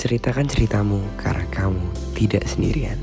Ceritakan ceritamu karena kamu tidak sendirian.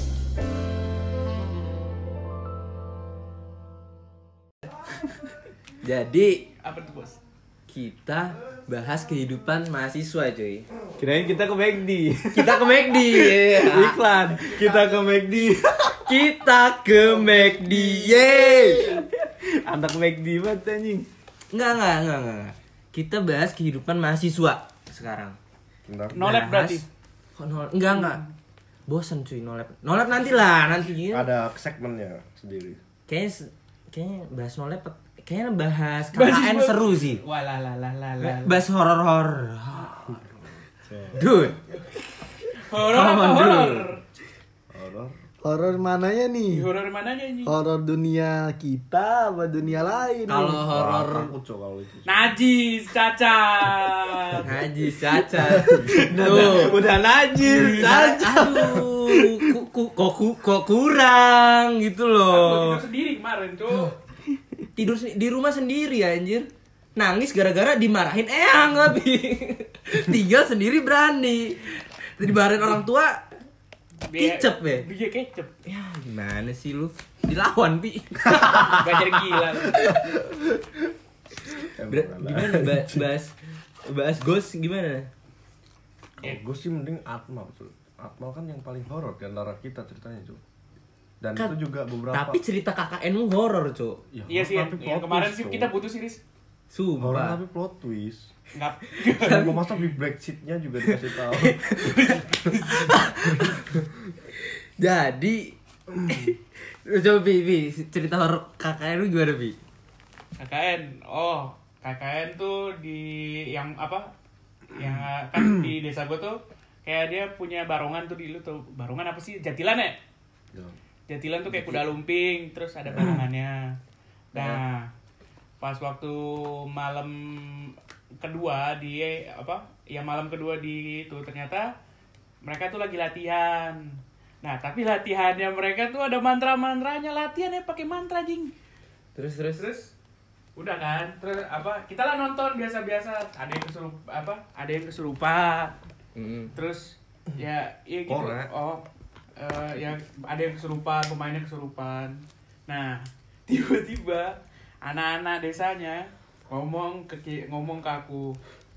Jadi Apa tuh bos? kita bahas kehidupan mahasiswa cuy. Kirain kita ke McD. Kita ke McD. Iklan. Kita ke McD. Kita ke McD. Yeay. Anak McD banget anjing. Enggak. Kita bahas kehidupan mahasiswa sekarang. No lab berarti. Kok no, enggak. Bosan cuy no lab. No lab nanti Ada segmennya sendiri. Kayaknya bahas no lab kayaknya bahas KKN seru sih. Walah. Bahas horor. Dude. Horor. Horor mananya nih? Horor mananya ini? Horor dunia kita apa dunia lain? Kalau nih? horor Takut cok kalau itu. Najis, cacat. Najis cacat. Tuh, Udah najis. aduh, kok kurang gitu Aku loh. tidur sendiri kemarin, Cuk. Tidur di rumah sendiri anjir. Nangis gara-gara dimarahin Eyang tapi tinggal sendiri berani. Dimarahin orang tua kicep ya. Iya kecep. Ya gimana sih lu? Dilawan Pi. Gajar gila. Gimana bahas ghost gimana? Gue sih mending Atmal tuh. Atmal kan yang paling horor di antara kita ceritanya cuy. Dan Kan, itu juga beberapa. Tapi cerita KKN-mu horor, Cuk. Iya sih, tapi yang plot kemarin twist, sih Cuk. kita putus series. Horor Sumpah. tapi plot twist. Enggak. Dan masa di black sheet-nya juga dikasih tahu. Jadi coba Bi, cerita horor KKN lu gimana Bi? KKN. Oh, KKN tuh di yang apa? Yang kan di desa gua tuh kayak dia punya barongan tuh di lu tuh. Barongan apa sih? Jatilan ya? Jatilan tuh kayak kuda lumping, terus ada barongannya. Nah, pas waktu malam kedua di apa? Ya malam kedua di itu ternyata mereka tuh lagi latihan. Nah, tapi latihannya mereka tuh ada mantra-mantranya, latihannya pakai mantra jing. Terus udah kan? Terus apa? Kita lah nonton biasa-biasa, ada yang kesurupan. Terus ya gitu. Korek. Ya ada yang kesurupan, pemainnya kesurupan. Nah, tiba-tiba anak-anak desanya ngomong ke aku,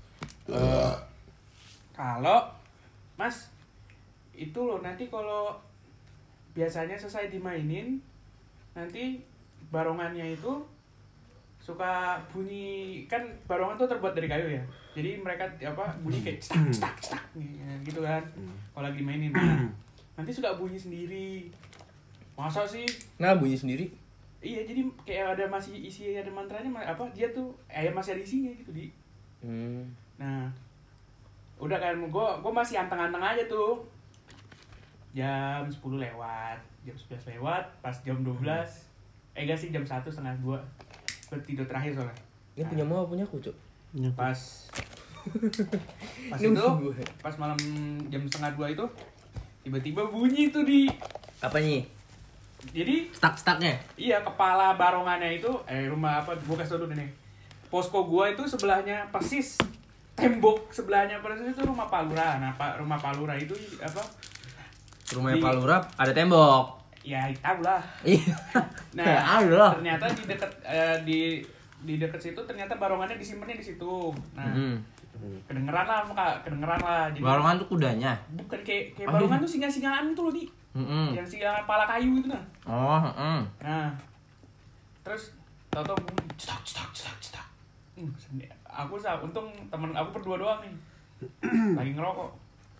kalau Mas itu loh nanti kalau biasanya selesai dimainin nanti barongannya itu suka bunyi, kan barongan tuh terbuat dari kayu ya, jadi mereka bunyi kayak cetak gitu kan kalau lagi mainin. Nah, nanti suka bunyi sendiri. Masa sih? Nah bunyi sendiri. Iya, jadi kayak ada masih isi, ada mantranya dia tuh masih ada isinya gitu di. Nah, udah kan gue masih anteng-anteng aja tuh. Jam 10 lewat, jam 11 lewat, pas jam 12. Enggak sih, jam 1:30 gue tidur terakhir soalnya. Ini punya mau punya aku, Cuk. Pas Ini itu gue. pas malam jam 1:30 itu tiba-tiba bunyi tuh di. Apanya? Jadi Stak-staknya. iya, kepala barongannya itu rumah apa, gue kasih tau dulu nih. Posko gua itu sebelahnya persis, tembok sebelahnya persis itu rumah Palura. Nah, rumah Palura itu apa? Rumahnya Pak Lurah ada tembok. Ya, tahu lah. Iya. Nah, ada. ternyata di dekat di dekat situ ternyata barongannya disimpannya di situ. Nah, kedengeran lah. Jadi Barongan tuh kudanya. bukan kayak barongan tuh singa-singaan itu loh, Di. Yang singa kepala kayu itu nah. Oh, Nah, terus tau-tau bunyi cetak. Aku untung temen aku berdua doang nih, lagi ngerokok.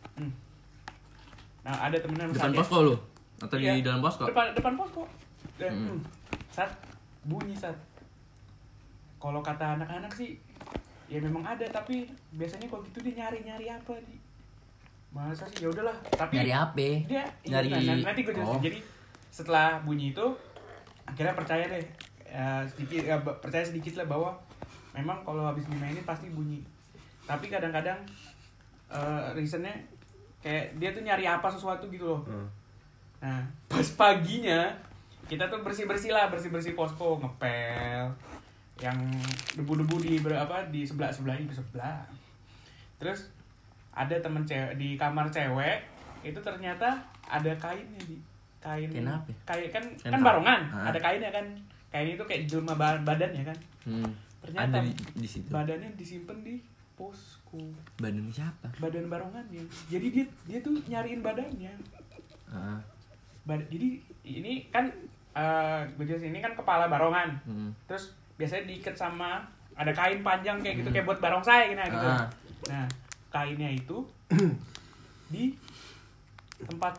Nah, ada temennya depan misalnya, posko lu? Atau iya, di dalam posko? depan posko. Saat bunyi saat. Kalau kata anak-anak sih, ya memang ada, tapi biasanya kalau gitu dia nyari apa di. Masa sih, ya udahlah. Tapi Nyari HP. dia Nyari. nanti gue jelasin. Jadi setelah bunyi itu akhirnya percaya deh, percaya sedikit lah bahwa memang kalau habis dimainin pasti bunyi. Tapi kadang-kadang reasonnya kayak dia tuh nyari apa sesuatu gitu loh. Nah, pas paginya kita tuh bersih posko, ngepel yang debu-debu di sebelah. Terus ada temen cewek di kamar cewek itu ternyata ada kainnya kain apa? Kain kan Kain barongan, apa? ada kainnya kan. Kain itu kayak jelma badannya kan. Ternyata Ada di situ. badannya disimpan di posku. Badan siapa? Badan barongannya. Jadi dia tuh nyariin badannya. Jadi ini kan gue jelasin, ini kan kepala barongan. Terus biasanya diikat sama ada kain panjang kayak gitu kayak buat barongsai gitu. Nah, kainnya itu di tempat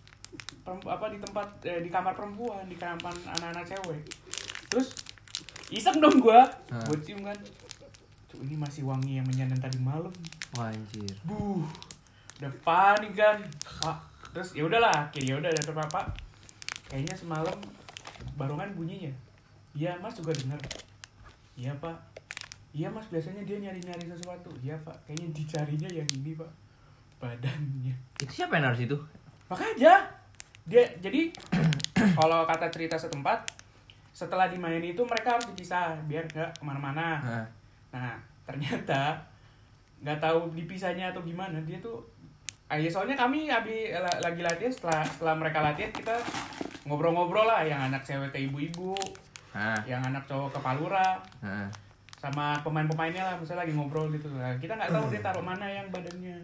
di kamar perempuan, di kamar anak-anak cewek. Terus iseng dong gua cium kan. Cuk, ini masih wangi yang menyandan tadi malam. Wah, anjir. Udah panik kan. Pak. Terus ya udahlah, akhirnya udah ada apa. Kayaknya semalam barongan bunyinya. Iya, Mas juga dengar. Iya, Pak. Iya, Mas, biasanya dia nyari-nyari sesuatu. Iya, Pak. Kayaknya dicarinya yang ini, Pak. Badannya. Itu siapa yang harus itu? Makanya dia jadi kalau kata cerita setempat setelah dimain itu mereka harus dipisah biar nggak kemana-mana. Nah ternyata nggak tahu dipisahnya atau gimana dia tuh. Ya soalnya kami lagi latihan setelah mereka latihan kita ngobrol-ngobrol lah, yang anak cewek ke ibu-ibu, yang anak cowok ke palura, sama pemain-pemainnya lah, misalnya lagi ngobrol gitu. Nah, kita nggak tahu dia taruh mana yang badannya.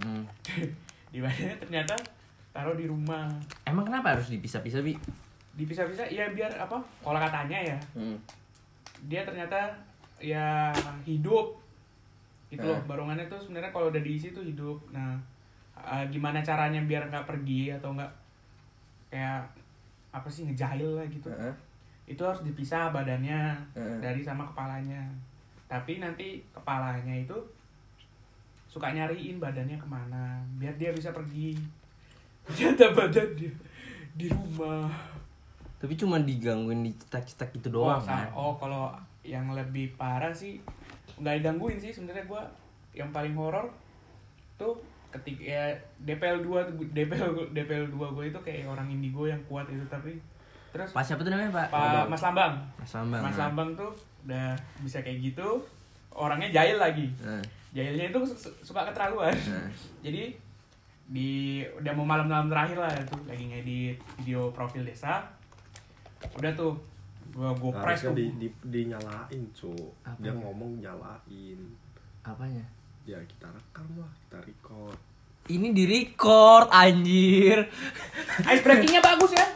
Di badannya ternyata taruh di rumah. Emang kenapa harus dipisah-pisah, Bi? Dipisah-pisah ya biar apa? Kalau katanya ya. Dia ternyata ya hidup. Gitu loh, barongannya tuh sebenarnya kalau udah diisi tuh hidup. Nah, gimana caranya biar nggak pergi atau nggak kayak apa sih ngejahil lah gitu. Itu harus dipisah badannya dari sama kepalanya. Tapi nanti kepalanya itu suka nyariin badannya kemana biar dia bisa pergi. Ternyata badan dia di rumah. Tapi cuma digangguin di cetak-cetak itu doang kan? Kalau yang lebih parah sih nggak digangguin sih sebenarnya. Gue yang paling horor tuh ketika ya DPL 2 gue itu kayak orang indigo yang kuat itu. Tapi terus Pak siapa tuh namanya, Pak? Mas Lambang. Mas Lambang tuh udah bisa kayak gitu, orangnya jahil lagi. Jahilnya itu suka keterlaluan. Jadi udah mau malam-malam terakhir lah itu lagi ngedit video profil desa. Udah tuh gua press tuh dinyalain, Cuk. Dia ngomong nyalain. Apanya? Ya kita rekam lah, kita record. Ini di record, anjir. Ice breakingnya bagus ya.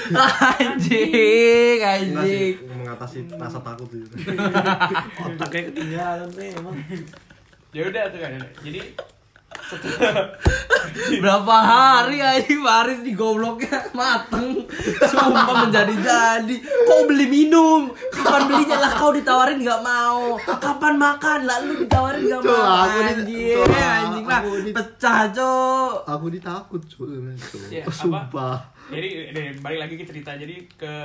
Anjing. Mengatasi rasa takut itu. Otaknya ketinggalan emang. Ya udah tuh kan. Jadi berapa hari anjing Faris di gobloknya mateng. Sumpah menjadi-jadi. Kau beli minum, kapan belinya lah? Kau ditawarin nggak mau. Kapan makan lah lu ditawarin nggak mau. Anjing lah pecah, Cok. Aku ditakut, Cuk. ya, Sumpah. Jadi balik lagi ke cerita. Jadi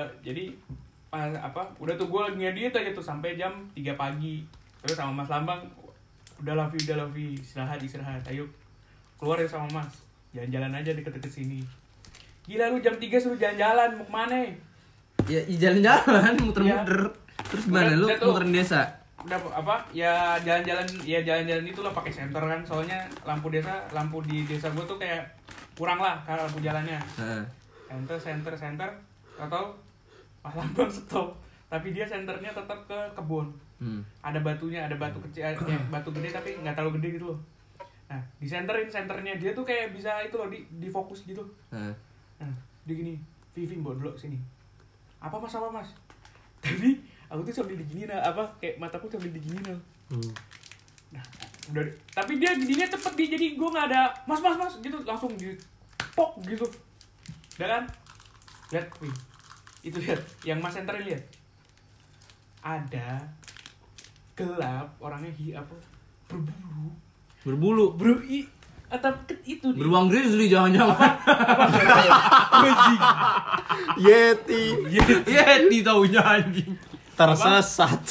udah tuh gue lagi ngedit aja tuh sampai jam 3 pagi. Terus sama Mas Lambang, udah Lavi, istirahat, ayo keluar ya sama Mas, jalan-jalan aja deket-deket sini. Gila lu jam 3 suruh jalan-jalan, mau kemana? Ya jalan-jalan, muter-muter. Terus gimana lu muterin desa? Udah ya jalan-jalan itulah pakai senter kan, soalnya lampu di desa gue tuh kayak kurang lah karena lampu jalannya. Senter atau Mas Lambang stop, tapi dia senternya tetap ke kebun. Ada batu kecil, batu gede tapi nggak terlalu gede gitu loh. Nah, senternya dia tuh kayak bisa itu loh, di fokus gitu. Nah, dia gini, Vivi bawa dulu sini. Apa mas? Tapi aku tuh sambil diginiin, kayak mataku sambil diginiin. Nah, udah, tapi dia gininya cepet jadi gue nggak ada mas gitu, langsung di pok gitu. Udah kan? Lihat, wih, itu lihat, yang mas senterin lihat. Ada gelap, orangnya berbulu atau itu beruang grizzly jangan-jangan. Yeti taunya anjing. Tersesat.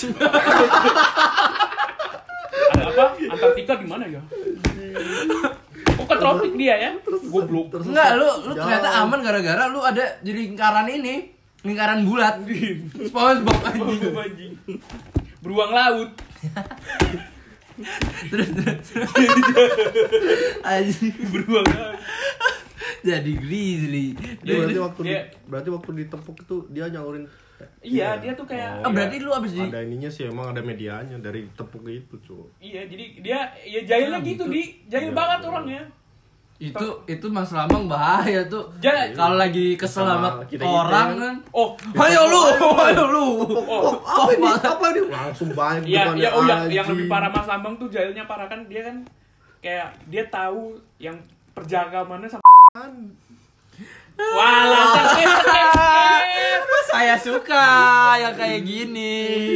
Ada apa? Antartika di mana ya? Kok ke tropik dia ya? Goblok. Enggak, lu ternyata aman gara-gara lu ada di lingkaran bulat. SpongeBob anjing. Beruang laut. Terus anjing Beruang. jadi grizzly. Berarti waktu ditepuk itu dia nyalurin. Iya, dia tuh kayak Berarti lu abis Ada ininya sih, emang ada medianya dari tepuk itu, cuy. Iya, jadi dia ya jahilnya gitu, jahil banget orangnya. itu Mas Lambang bahaya tuh. Ja- Kalau lagi kesel sama kita orang gitu kan. Oh, Ayo lu. Apa ini? Langsung banyak iya, depannya, yang lebih anjing. parah Mas Lambang tuh jahilnya parah kan, dia kan kayak dia tahu yang perjagamannya sama wah, langsung Saya suka yang kayak gini.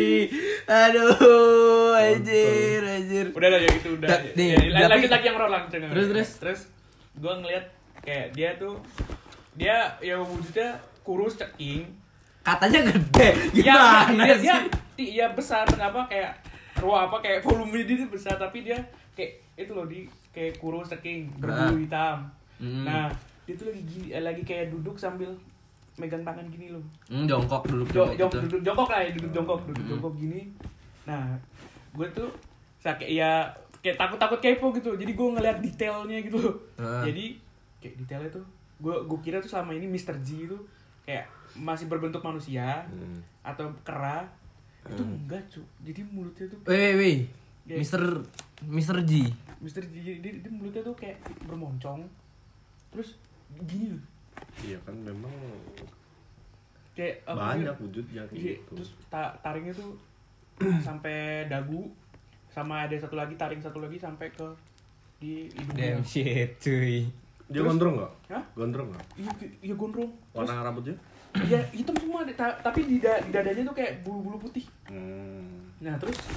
Aduh, anjir. udah ya itu udah. Nih, Ya, tapi- lanjut lagi yang Roland. Terus gue ngeliat kayak dia ya wujudnya kurus ceking. katanya gede. Ya, Gimana dia sih? ya besar apa kayak kayak volume dia besar tapi dia kayak itu loh kayak kurus ceking berbulu hitam. Nah, dia tuh lagi kayak duduk sambil megang tangan gini loh. Jongkok duduk Duduk jongkok lah ya, duduk jongkok gini. Nah, gue tuh kayak takut kepo gitu. Jadi gue ngeliat detailnya gitu. Jadi kayak detailnya tuh gue kira tuh selama ini Mr. G itu kayak masih berbentuk manusia atau kera. Itu enggak, cu. Jadi mulutnya tuh Weh. Kayak- Mr. G. Mr. G dia mulutnya tuh kayak bermoncong. Terus gini loh. Iya kan memang Kayak banyak wujudnya Iya, gitu. terus taringnya tuh sampai dagu, sama ada taring satu lagi sampai ke di hidungnya. Damn shit, cuy. Dia gondrong nggak? Hah? Gondrong nggak? Iya gondrong. Terus Warna rambutnya? iya hitam semua, tapi di dadanya tuh kayak bulu-bulu putih. Nah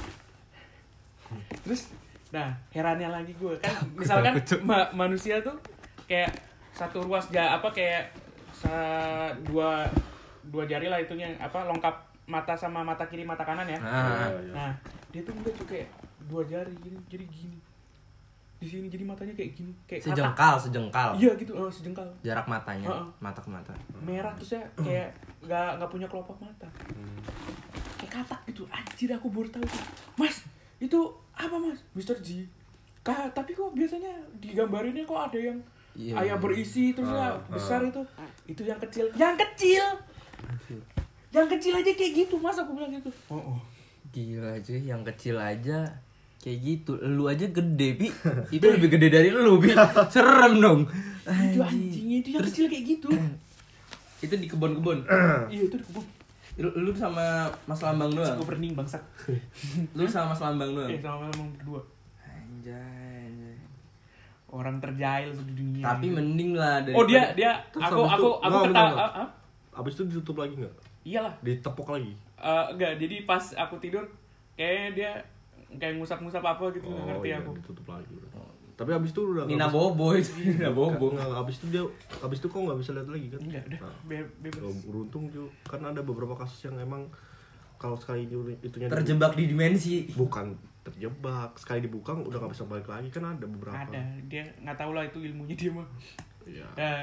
terus nah herannya lagi gue kan misalkan manusia tuh kayak satu ruas kayak dua jari lah itunya lengkap mata sama mata kiri mata kanan ya. Nah dia tuh enggak tuh kayak dua jari gini, jadi gini di sini, jadi matanya kayak gini kayak Sejengkal. iya gitu, sejengkal Jarak matanya, mata ke mata. merah terus ya kayak nggak punya kelopak mata, kayak katak gitu. Anjir, aku baru tahu tuh. Mas, itu apa Mas? Mr. G. Tapi kok biasanya digambarinnya kok ada yang ayah berisi terus ya besar itu yang kecil aja kayak gitu Mas, aku bilang gitu. Gila cuy, yang kecil aja kayak gitu. Lu aja gede, Pi. Itu lebih gede dari lu, Pi. Serem dong. Itu anjingnya itu yang kecil kayak gitu. Itu di kebun-kebun. Iya, itu di kebun. Lu sama Mas Lambang doang. Gue bening bangsat. Lu sama Mas Lambang doang. Sama emang berdua. Anjay. Orang terjahil di dunia. Tapi mending lah dari. Oh dia Terus aku habis itu, ketawa. Abis itu ditutup lagi nggak? Iyalah. Ditepuk lagi? Enggak, jadi pas aku tidur kayaknya dia kayak ngusap-ngusap apa gitu, nggak ngerti iya, aku. ditutup lagi. Tapi abis itu udah Nina Bobo itu. Nina Bobo. Abis itu kok nggak bisa lihat lagi kan? Enggak, udah bebas. Beruntung tuh, karena ada beberapa kasus yang emang kalau sekali itunya Terjebak di dimensi. bukan terjebak, sekali dibuka udah nggak bisa balik lagi kan, ada beberapa. Ada, dia nggak tahu lah itu ilmunya dia mah. Iya.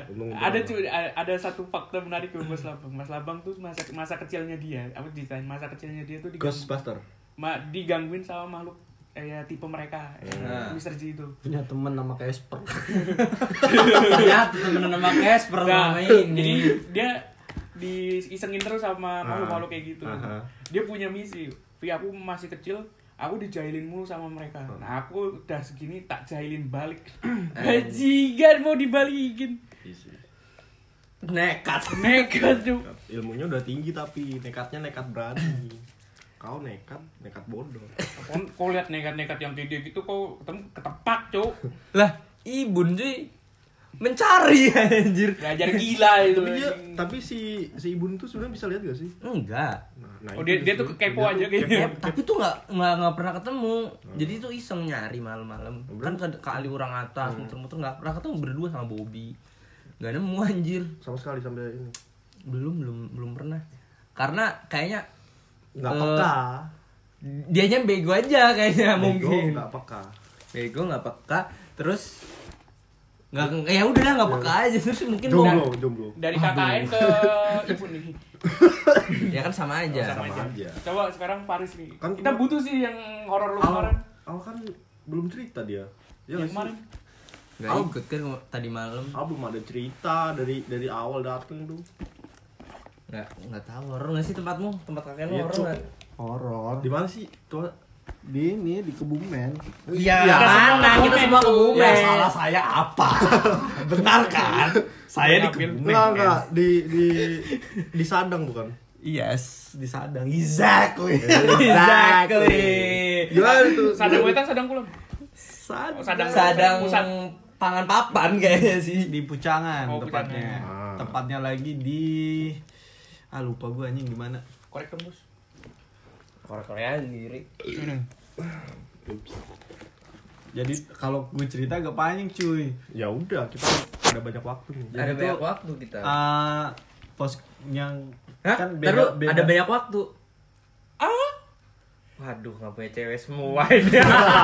Ada satu fakta menarik ke Mas Lambang. Mas Lambang tuh masa kecilnya dia, masa kecilnya dia tuh Ghostbuster. digangguin sama makhluk ya tipe mereka, Mr. G itu. Punya teman nama Casper. Ternyata temen sama Casper sama ini. Jadi dia diisengin terus sama makhluk-makhluk kayak gitu. Dia punya misi. Aku masih kecil, aku dijahilin mulu sama mereka. Nah, aku udah segini tak jahilin balik. Bajingan mau dibalikin. Nekat. Tuh. Ilmunya udah tinggi tapi nekatnya nekat berani. Kau nekat bodoh. Kau lihat nekat-nekat yang kayak dia gitu, kau ketemu ketepak, Cuk. Lah, Ibun cuy. Mencari anjir. Belajar gila itu. Tapi si Ibun tuh sebenarnya bisa lihat gak sih? Enggak. Nah, Oh, dia tuh kepo aja kayaknya. Tapi tuh nggak pernah ketemu. Jadi tuh iseng nyari malam-malam. Kan ke kali orang atas muter-muter nggak pernah ketemu berdua sama Bobby. Nggak nemu anjir. sama sekali sampai ini. Belum pernah. Karena kayaknya Nggak peka. dianya bego aja kayaknya mungkin. Nggak peka. Bego nggak peka. Terus nggak, ya udah nggak peka aja, terus mungkin Jomblo. Dari KKN ke Ibu nih. ya kan sama aja. Sama aja. aja. Coba sekarang Faris nih. Kan Kita butuh sih yang horor lu kemarin. awal kan belum cerita dia. Ya Yang kemarin. Nggak ikut kan tadi malam. Belum ada cerita dari awal dateng tuh. Nggak tahu horor nggak sih tempatmu? Tempat kakek lu Iya, horor tuh. nggak? Horor. Di mana sih? Tuh Di ini di Kebumen. Iya, Kita semua mana? Kita semua Kebumen. Kebumen. Ya salah saya apa? Benar kan? Saya di Kebumen. enggak di Sadang bukan? Yes, di Sadang. Exactly. Exactly. Gimana tuh? Sadang Wetan, Sadang Kulon. Sadang Pusat. pangan papan kayaknya sih. Di Pucangan Oh, tepatnya. Pucangan. Tepatnya lagi di lupa gua anjing di mana. Korek tembus. Korea sendiri. Jadi kalau gue cerita agak panjang cuy. Ya udah, kita ada banyak waktu nih. Jadi Ada tuh, banyak waktu kita. Pos yang Hah? kan Ntar lu, ada banyak waktu. Waduh, nggak punya cewek semua ini.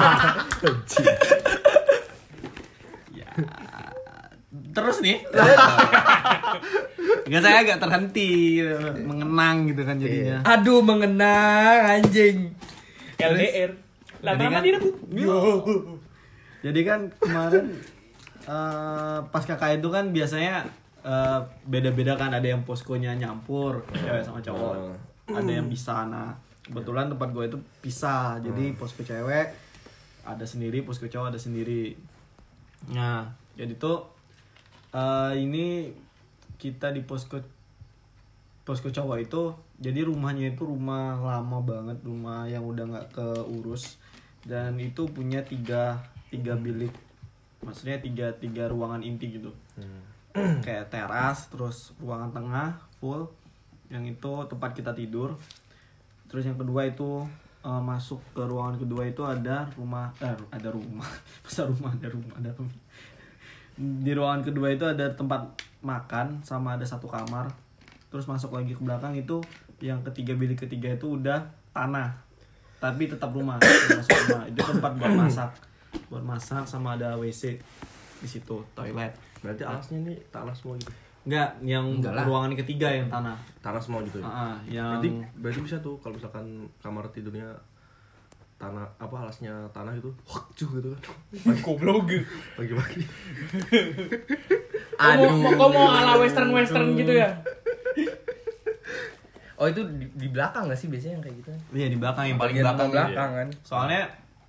Ya. Terus nih. Enggak, saya agak terhenti mengenang gitu kan jadinya. Aduh, mengenang anjing. LDR. Lah Jadi nama kan- dia tuh. Jadi kan kemarin pas KKN itu kan biasanya beda-beda kan, ada yang poskonya nyampur cewek sama cowok, ada yang pisah. Nah kebetulan tempat gue itu pisah, jadi posko cewek ada sendiri, posko cowok ada sendiri. Nah jadi tuh ini kita di posko cowok itu, jadi rumahnya itu rumah lama banget, rumah yang udah nggak keurus, dan itu punya tiga bilik, maksudnya tiga ruangan inti gitu. Kayak teras, terus ruangan tengah full, yang itu tempat kita tidur. Terus yang kedua itu masuk ke ruangan kedua itu ada rumah masa rumah ada rumah. Di ruangan kedua itu ada tempat makan sama ada satu kamar. Terus masuk lagi ke belakang itu yang bilik ketiga itu udah tanah, tapi tetap rumah. Masuk rumah itu tempat buat masak sama ada WC di situ, toilet. Berarti alasnya nih tanah semua gitu. Enggak, yang Enggak lah. ruangan ketiga yang tanah. Tanah semua gitu ya. Yang Berarti bisa tuh kalau misalkan kamar tidurnya tanah alasnya tanah gitu. Wah, gitu kan. Goblok. Pagi-pagi. Kok mau ala western gitu ya? Oh itu di belakang nggak sih biasanya yang kayak gitu? iya di belakang, yang paling Bagian belakang. belakang kan. Soalnya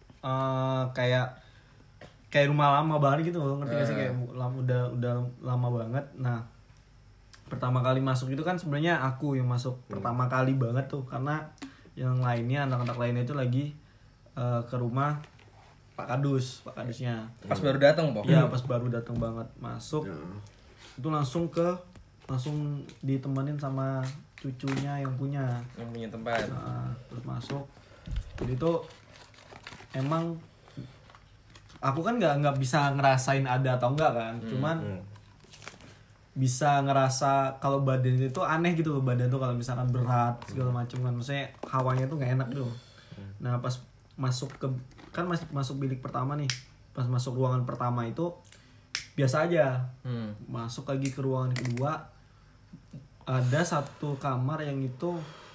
kayak rumah lama banget gitu, lo ngerti gak sih, kayak udah lama banget. Nah pertama kali masuk itu kan sebenarnya aku yang masuk pertama kali banget tuh, karena yang lainnya anak-anak lainnya itu lagi ke rumah Pak Kadusnya. Pas baru datang, Pok. Iya pas baru datang banget masuk, itu langsung ditemenin sama cucunya yang punya. Yang punya tempat. Nah, terus masuk, jadi tuh emang aku kan nggak bisa ngerasain ada atau enggak kan, cuman bisa ngerasa kalau badan itu aneh gitu loh, badan tuh kalau misalkan berat segala macam kan, maksudnya hawanya tuh nggak enak tuh. Nah pas masuk masuk bilik pertama nih, pas masuk ruangan pertama itu biasa aja. Masuk lagi ke ruangan kedua, ada satu kamar yang itu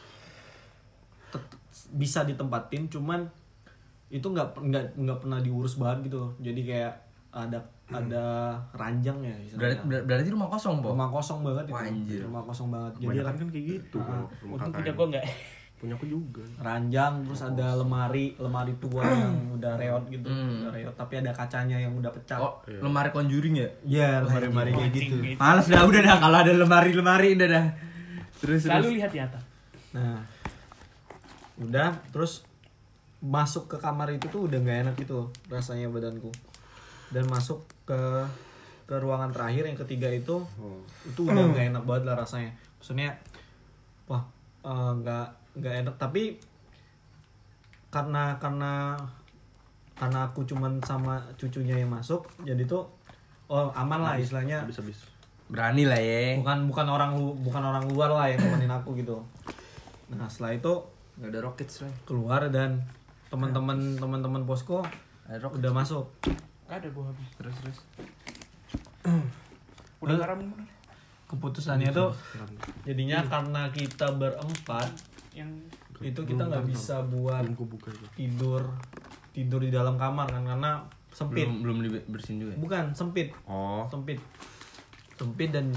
bisa ditempatin, cuman itu nggak pernah diurus banget gitu. Jadi kayak ada ranjang ya istilahnya. Berarti rumah kosong, Pok. Rumah kosong banget itu. Wah, anjir. Rumah kosong banget. Jadi Kebanyakan kan kayak gitu. Rumah Untung kakak. punya gua enggak. Punya aku juga. ranjang, terus ada lemari tua yang udah reot gitu. Udah reot tapi ada kacanya yang udah pecah. Oh, lemari Conjuring ya? Iya, lemari kayak gitu. Anjing, gitu. Males udah dah kalau ada lemari udah dah. Terus Selalu lihat di atas. Nah, udah terus masuk ke kamar itu tuh udah nggak enak gitu rasanya badanku, dan masuk ke ruangan terakhir yang ketiga itu udah nggak enak banget lah rasanya. Maksudnya wah nggak enak, tapi karena aku cuman sama cucunya yang masuk, jadi tuh aman lah istilahnya. Habis-habis. Berani lah ya. Bukan orang luar lah yang nemenin aku gitu. Nah setelah itu Nggak ada rockets lah. keluar dan teman-teman posko Ada rockets. udah masuk. Enggak ada gua habis. Terus. Udah garam bener. Keputusannya tuh jadinya karena kita berempat Yang itu kita nggak bisa buat Belum kebuka itu. tidur tidur di dalam kamar kan karena sempit. Belum dibersihin juga. Bukan, sempit. Oh. Sempit dan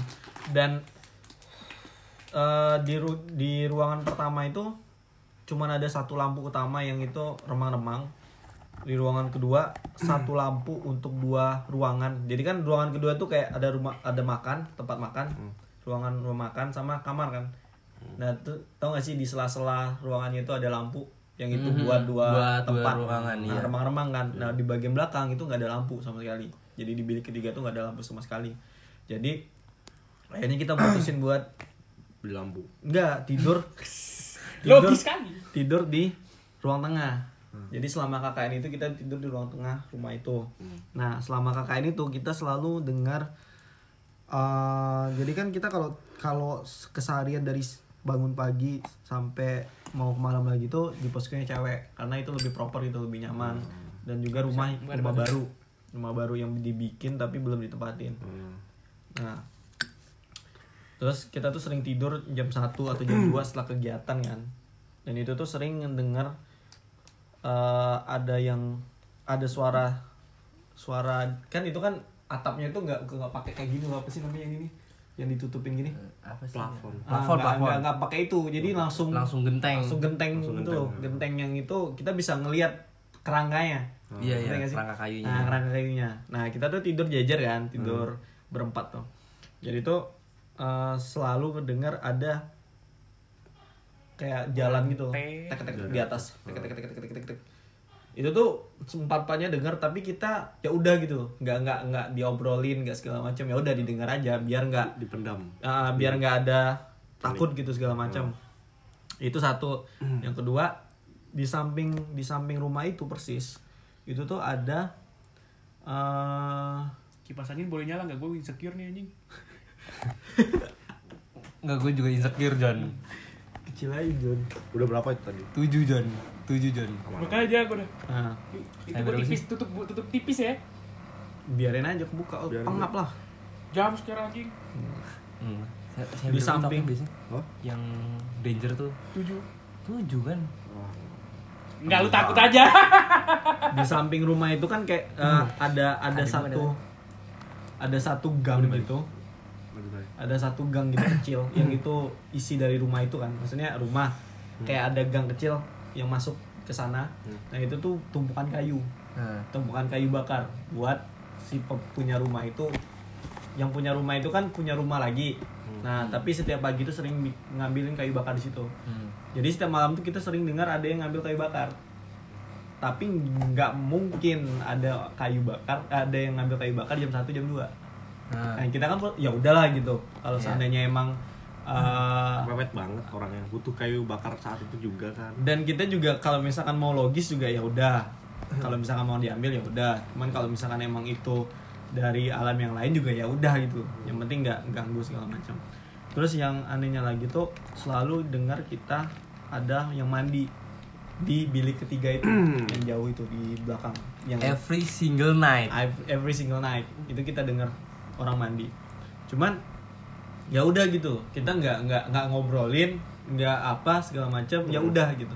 di ruangan pertama itu cuman ada satu lampu utama yang itu remang-remang. Di ruangan kedua satu lampu untuk 2 ruangan. Jadi kan ruangan kedua tuh kayak ada makan, tempat makan, ruangan rumah makan sama kamar kan. Nah, tuh tau gak sih di sela-sela ruangannya itu ada lampu yang itu buat dua tempat ruangan, iya. remang-remang kan. Nah, di bagian belakang itu nggak ada lampu sama sekali. Jadi di bilik ketiga tuh nggak ada lampu sama sekali. Jadi akhirnya kita mutusin buat Beli lampu. enggak tidur Logis sekali. tidur di ruang tengah. Jadi selama KKN itu kita tidur di ruang tengah rumah itu. Nah, selama KKN itu kita selalu dengar jadi kan kita kalau keseharian dari bangun pagi sampai mau ke malam lagi tuh di poskonya cewek karena itu lebih proper, itu lebih nyaman. Dan juga rumah baru yang dibikin tapi belum ditempatin. Nah, terus kita tuh sering tidur jam 1 atau jam 2 setelah kegiatan kan. Dan itu tuh sering ngedengar ada suara kan itu kan atapnya itu nggak pakai kayak gini, apa sih namanya yang ini yang ditutupin gini? Apa sih? Plafon. Nggak pakai itu, jadi langsung genteng. Genteng yang itu kita bisa ngelihat kerangkanya. Iya, Ngerti nggak sih? kerangka kayunya. Nah, kerangka kayunya. Nah, kita tuh tidur jajar kan, tidur berempat tuh. Jadi tuh selalu kedengar ada kayak jalan gitu, tek di atas, tek. Itu tuh sempat-empatnya dengar, tapi kita ya udah gitu, nggak diobrolin, nggak segala macam, ya udah didengar aja, biar nggak Dipendam. biar nggak ada takut gitu segala macam. Itu satu. Yang kedua, di samping rumah itu persis, itu tuh ada Kipas angin boleh nyala nggak? Gue insecure nih anjing. Enggak, gue juga insecure, John. kecil aja John. Udah berapa itu tadi? 7 John. Buka aja gue dah. Nah, Itu gue tipis, tutup tipis ya. biarin aja kebuka, pengap lah. Jam sekarang anjing. Saya Di samping. biasanya. Oh? Yang danger tuh 7 kan. Enggak, lu takut aja. Di samping rumah itu kan kayak ada satu gang gitu. Ada satu gang gitu kecil yang itu isi dari rumah itu kan. Maksudnya rumah kayak ada gang kecil yang masuk ke sana. Nah, itu tuh tumpukan kayu. Tumpukan kayu bakar buat si punya rumah itu. Yang punya rumah itu kan punya rumah lagi. Nah, tapi setiap pagi tuh sering ngambilin kayu bakar di situ. Jadi setiap malam tuh kita sering dengar ada yang ngambil kayu bakar. Tapi nggak mungkin ada yang ngambil kayu bakar jam 1 jam 2. Nah, kita kan ya udahlah gitu. Kalau seandainya emang Mepet banget orang yang butuh kayu bakar saat itu juga kan. dan kita juga kalau misalkan mau logis juga ya udah. Kalau misalkan mau diambil ya udah. Cuman kalau misalkan emang itu dari alam yang lain juga ya udah gitu. Yang penting nggak ganggu segala macam. Terus yang anehnya lagi tuh selalu dengar kita ada yang mandi di bilik ketiga itu yang jauh itu di belakang. Yang Every single night. every single night itu kita dengar orang mandi. Cuman ya udah gitu, kita nggak ngobrolin, nggak apa segala macam, ya udah gitu.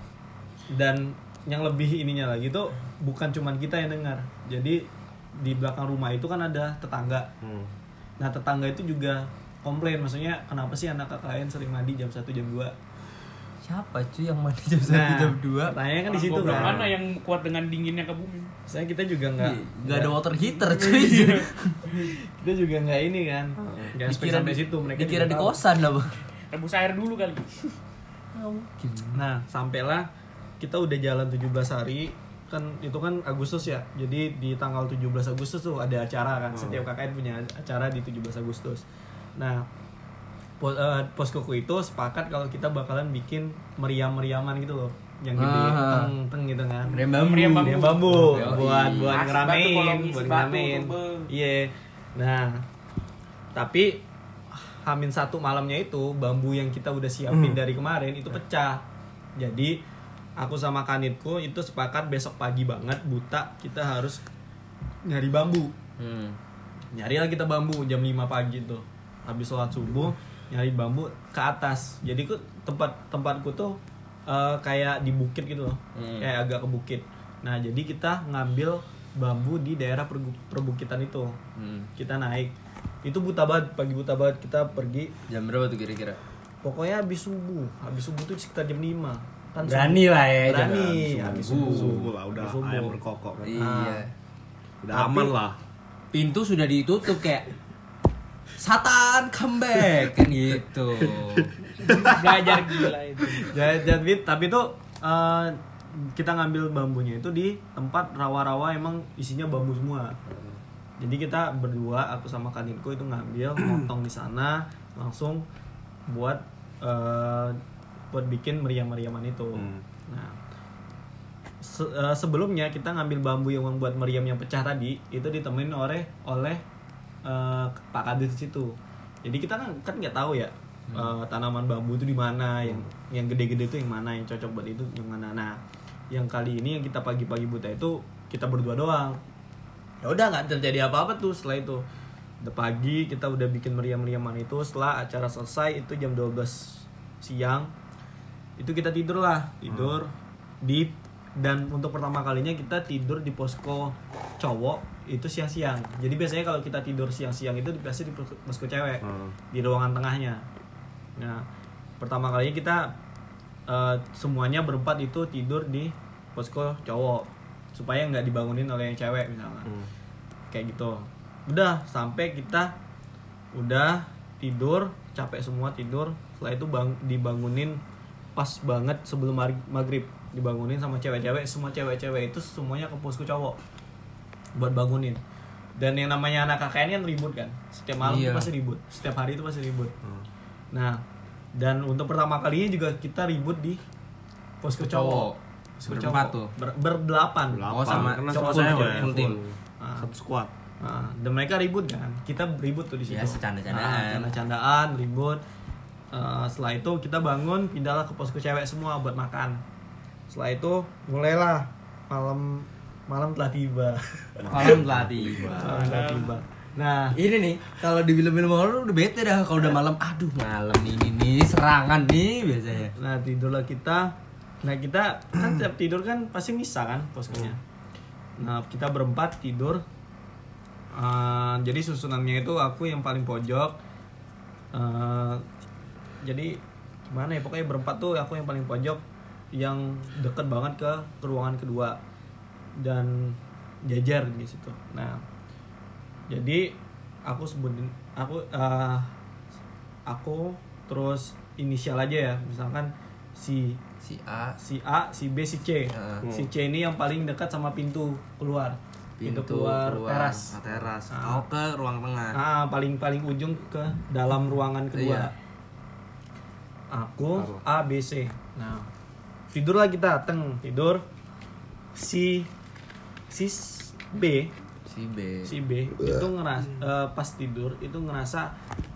Dan yang lebih ininya lagi tuh bukan cuman kita yang dengar. Jadi di belakang rumah itu kan ada tetangga. Nah, tetangga itu juga komplain, maksudnya kenapa sih anak KKN sering mandi jam 1 jam 2. Siapa cuy yang mandi jam 1 jam 2? Pertanyaannya kan di situ Goblok kan. mana yang kuat dengan dinginnya ke bumi? Saya kita juga nggak Ada water heater cuy. kita juga nggak ini kan. Nggak Dikira sampai situ, mereka dikira juga di tahu. kosan apa? Rebus air dulu kali. Nah, sampailah kita udah jalan 17 hari kan, itu kan Agustus ya. Jadi di tanggal 17 Agustus tuh ada acara kan. Setiap KKN punya acara di 17 Agustus. Nah, poskoku itu sepakat kalau kita bakalan bikin meriam-meriaman gitu loh. Yang gede, teng gitu kan. Meriam bambu. buat Asik ngeramein, batu, buat batu, ngeramein. batu. Iya. Nah, tapi Hamin 1 malamnya itu bambu yang kita udah siapin dari kemarin itu pecah. Jadi aku sama kanitku itu sepakat besok pagi banget buta kita harus nyari bambu. Nyarilah kita bambu jam 5 pagi tuh. Habis sholat subuh nyari bambu ke atas. Jadi tempatku tuh kayak di bukit gitu loh. Kayak agak ke bukit. Nah jadi kita ngambil bambu di daerah perbukitan itu. Kita naik. Itu buta banget, pagi buta banget kita pergi. Jam berapa tuh kira-kira? Pokoknya habis subuh tuh sekitar jam 5. Kan Berani lah ya. Berani. Habis Subuh lah udah Habis subuh. ayam berkokok kan. Iya. Udah aman lah. Pintu sudah ditutup kayak Satan come back kan gitu. Belajar gila itu. Jadi tapi tuh kita ngambil bambunya itu di tempat rawa-rawa emang isinya bambu semua. Jadi kita berdua, aku sama kaninku itu ngambil, motong di sana, langsung buat bikin meriam-meriaman itu. Nah, sebelumnya kita ngambil bambu yang buat meriam yang pecah tadi itu ditemenin oleh Pak Kadis di situ. Jadi kita kan nggak tahu ya tanaman bambu itu di mana, yang gede-gede itu yang mana, yang cocok buat itu yang mana. Nah, yang kali ini yang kita pagi-pagi buta itu kita berdua doang. Ya udah nggak terjadi apa-apa tuh setelah itu. Udah pagi kita udah bikin meriam-meriaman itu. Setelah acara selesai itu jam 12 siang itu kita tidur dan untuk pertama kalinya kita tidur di posko cowok itu siang-siang. Jadi biasanya kalau kita tidur siang-siang itu biasanya di posko cewek di ruangan tengahnya. Nah, pertama kalinya kita semuanya berempat itu tidur di posko cowok supaya nggak dibangunin oleh yang cewek misalnya. Kayak gitu. Udah sampai kita udah tidur, capek semua tidur. Setelah itu dibangunin pas banget sebelum maghrib, dibangunin sama cewek-cewek. Semua cewek-cewek itu semuanya ke posko cowok buat bangunin. Dan yang namanya anak KKN kan ribut kan, setiap malam itu pasti ribut, setiap hari itu pasti ribut. Nah, dan untuk pertama kalinya juga kita ribut di posko cowok. Berempat tuh. Berdelapan. Oh sama cowok full tim. Satu squad. Nah, dan mereka ribut kan, kita ribut tuh di situ. Ya, secanda-candaan. Canda-candaan, ribut. Setelah itu kita bangun, pindahlah ke posko cewek semua buat makan. Setelah itu mulailah malam telah tiba. Malam telah tiba. Nah, Ini nih, kalau di film-film horor udah bete dah kalau udah malam. Aduh, malam ini nih serangan nih biasanya. nah tidurlah kita. Nah, kita kan tiap tidur kan pasti misah kan poskonya. Nah, kita berempat tidur. Jadi susunannya itu aku yang paling pojok. Jadi gimana ya, pokoknya berempat tuh aku yang paling pojok, yang deket banget ke ruangan kedua dan jajar di situ. Nah, jadi aku sebutin aku terus inisial aja ya, misalkan si A, si B, si C. Si C ini yang paling dekat sama pintu keluar. Pintu keluar teras. Kau ke ruang tengah. Paling ujung ke dalam ruangan kedua. Iya. Aku A, B, C. Nah, tidurlah kita, tidur. Si B itu ngerasa pas tidur itu ngerasa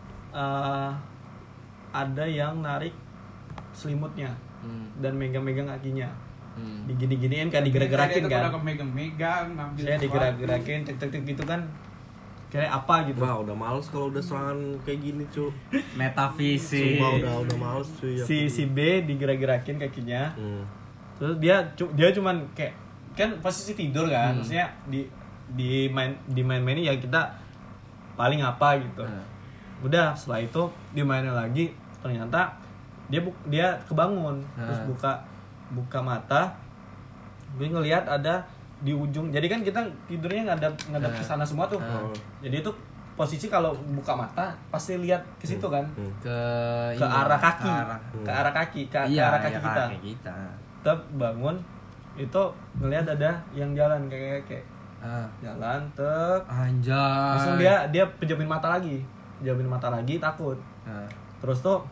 ada yang narik selimutnya dan megang-megang kakinya. Digini-giniin kan, digerak-gerakin kan. Udah megang-megang, ngambil. Saya digerak-gerakin, tek-tek gitu kan. Kayak apa gitu. Wah, udah males kalau udah serangan kayak gini, cu. Metafisik. Sumpah udah males, cuy. Si B digerak-gerakin kakinya. Terus dia cuman kayak kan posisi tidur kan. Maksudnya di main-mainin ya kita paling apa gitu. Udah setelah itu dimainin lagi, ternyata dia kebangun. Terus buka mata. Gue ngelihat ada di ujung, jadi kan kita tidurnya ngadap ke sana semua tuh. Jadi itu posisi kalau buka mata pasti lihat ke situ kan, ke arah kaki, ke arah kaki kita. Kita bangun itu ngelihat ada yang jalan kayak jalan Anjay. langsung dia pejamin mata lagi takut. Terus tuh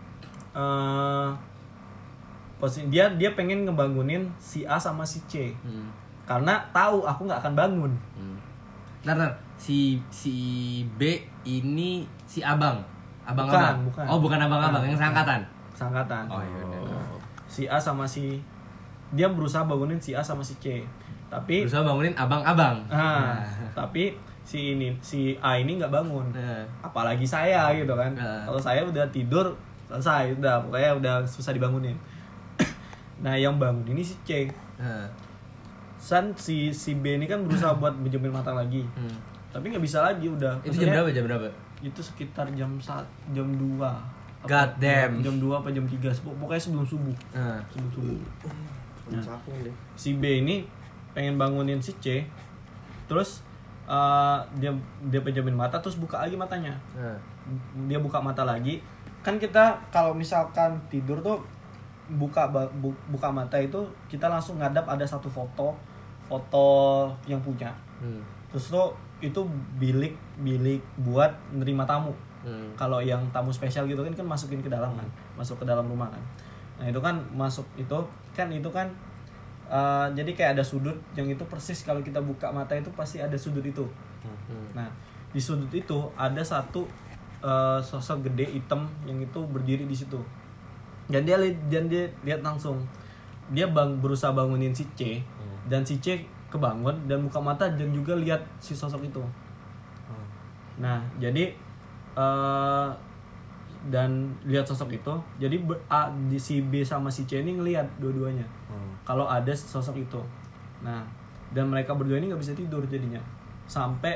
posisi dia pengen ngebangunin si A sama si C. Karena tahu aku nggak akan bangun. Ntar, si B ini si abang. Bukan. Oh, bukan abang-abang, yang seangkatan. Seangkatan. Oh iya. Si A sama dia berusaha bangunin si A sama si C. Tapi berusaha bangunin abang-abang. Tapi si A ini nggak bangun. Apalagi saya gitu kan. Kalau saya udah tidur selesai, udah pokoknya udah susah dibangunin. Nah, yang bangun ini si C. si B ini kan berusaha buat menjamin mata lagi. Tapi nggak bisa lagi udah. Itu jam berapa? Itu sekitar jam 2. God damn. Jam 2 apa jam 3, pokoknya sebelum subuh. Sebelum subuh. Nah, si B ini pengen bangunin si C. Terus dia penjamin mata terus buka lagi matanya. Dia buka mata lagi. Kan kita kalau misalkan tidur tuh buka mata itu kita langsung ngadap ada satu foto yang punya. Terus tuh itu bilik buat nerima tamu. Kalau yang tamu spesial gitu kan masukin ke dalam kan, masuk ke dalam rumah kan. Nah itu kan masuk itu kan jadi kayak ada sudut yang itu persis kalau kita buka mata itu pasti ada sudut itu. Nah di sudut itu ada satu sosok gede hitam yang itu berdiri di situ. Dan dia lihat langsung. Dia berusaha bangunin si C dan si C kebangun dan buka mata dan juga lihat si sosok itu. Nah jadi dan lihat sosok itu, jadi di si B sama si C ini ngelihat dua-duanya kalau ada sosok itu. Nah dan mereka berdua ini nggak bisa tidur jadinya sampai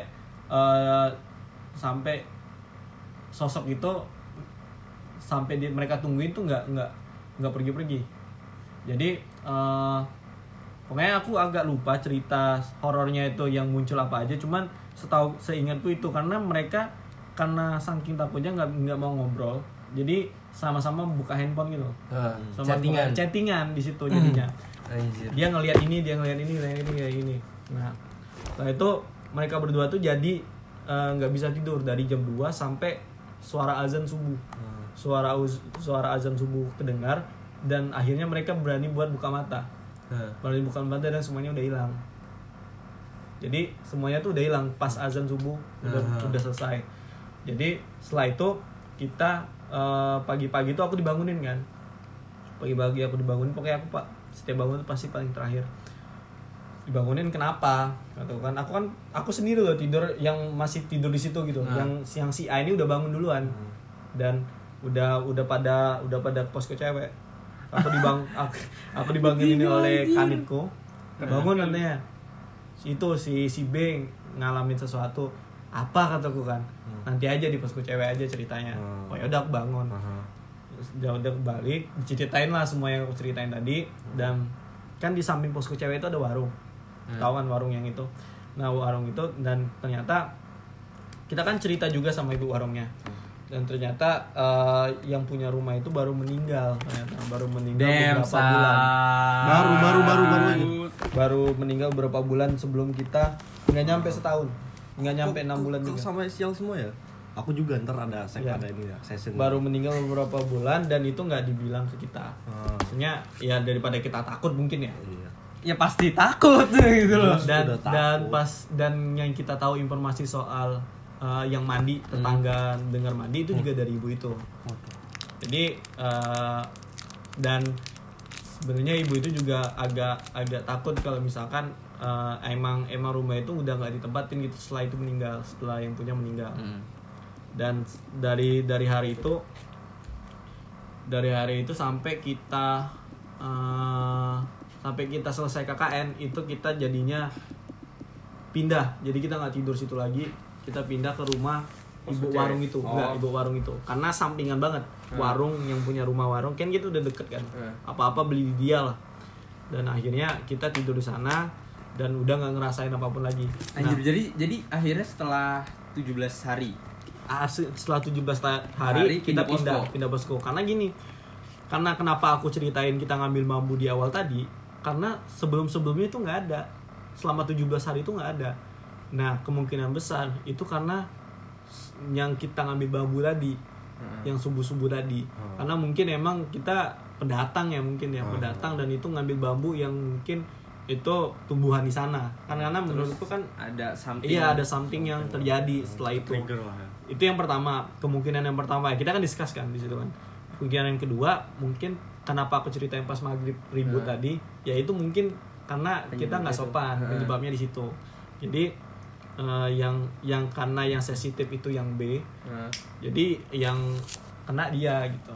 sosok itu sampai mereka tungguin tuh nggak pergi. Jadi pokoknya aku agak lupa cerita horornya itu yang muncul apa aja, cuman seingatku itu karena saking takutnya nggak mau ngobrol, jadi sama-sama buka handphone gitu, sama chattingan di situ jadinya. Dia ngelihat ini kayak gini. Nah setelah itu mereka berdua tuh jadi nggak bisa tidur dari jam 2 sampai suara azan subuh. Suara azan subuh kedengar dan akhirnya mereka berani buat buka mata. Dan semuanya udah hilang. Jadi semuanya tuh udah hilang pas azan subuh udah selesai. Jadi setelah itu kita pagi-pagi tuh aku dibangunin kan. Pagi-pagi aku dibangunin, pokoknya aku setiap bangun tuh pasti paling terakhir. Dibangunin kenapa? Kan aku sendiri loh tidur, yang masih tidur di situ gitu. Yang si A ini udah bangun duluan. Dan udah pada posko cewek. Aku dibangunin oleh kanitku. Bangun nantinya. Itu si B ngalamin sesuatu. Apa kataku kan? Nanti aja di posko cewek aja ceritanya. Oh ya udah aku bangun. Udah aku balik, ceritain lah semua yang aku ceritain tadi. Dan kan di samping posko cewek itu ada warung. Tahu kan warung yang itu. Nah warung itu, dan ternyata kita kan cerita juga sama ibu warungnya. Dan ternyata yang punya rumah itu baru meninggal beberapa bulan. Baru meninggal beberapa bulan sebelum kita, nggak nyampe setahun, nggak nyampe 6 bulan juga. Sama sial semua ya. Aku juga ntar ada ada ini ya, session. Baru meninggal beberapa bulan dan itu nggak dibilang ke kita. Maksudnya ya daripada kita takut mungkin ya. Ya pasti takut gitu loh. Dan yang kita tahu informasi soal yang mandi, tetangga dengar mandi itu juga dari ibu itu. Jadi dan sebenarnya ibu itu juga agak takut kalau misalkan emang rumah itu udah nggak ditempatin gitu setelah yang punya meninggal. Dan dari hari itu sampai kita selesai KKN itu kita jadinya pindah. Jadi kita nggak tidur situ lagi, kita pindah ke rumah ibu warung itu. Ibu warung itu karena sampingan banget. Warung yang punya rumah warung kan gitu udah deket kan, apa-apa beli di dia lah. Dan akhirnya kita tidur di sana dan udah nggak ngerasain apapun lagi. Anjir, jadi akhirnya setelah 17 hari setelah 17 hari kita pindah posko. Karena gini, karena kenapa aku ceritain kita ngambil bambu di awal tadi, karena sebelumnya itu nggak ada, selama 17 hari itu nggak ada. Nah kemungkinan besar itu karena yang kita ngambil bambu tadi, yang subuh tadi, karena mungkin emang kita pendatang dan itu ngambil bambu yang mungkin itu tumbuhan di sana. Karena menurutku kan ada something. Iya, ada something yang terjadi setelah itu. Itu yang pertama, kemungkinan yang pertama ya kita kan discuss kan di situ kan. Kemungkinan yang kedua mungkin kenapa aku ceritain pas maghrib ribut tadi, yaitu mungkin karena kita nggak sopan, penyebabnya di situ. Jadi yang karena yang sensitif itu yang B, jadi yang kena dia gitu.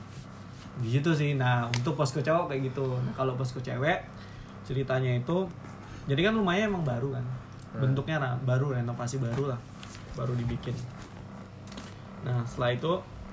Di situ sih. Nah untuk posko cowok kayak gitu. Nah kalau posko cewek ceritanya itu Jadi kan rumahnya emang baru kan, bentuknya baru, renovasi baru lah, baru dibikin. Nah setelah itu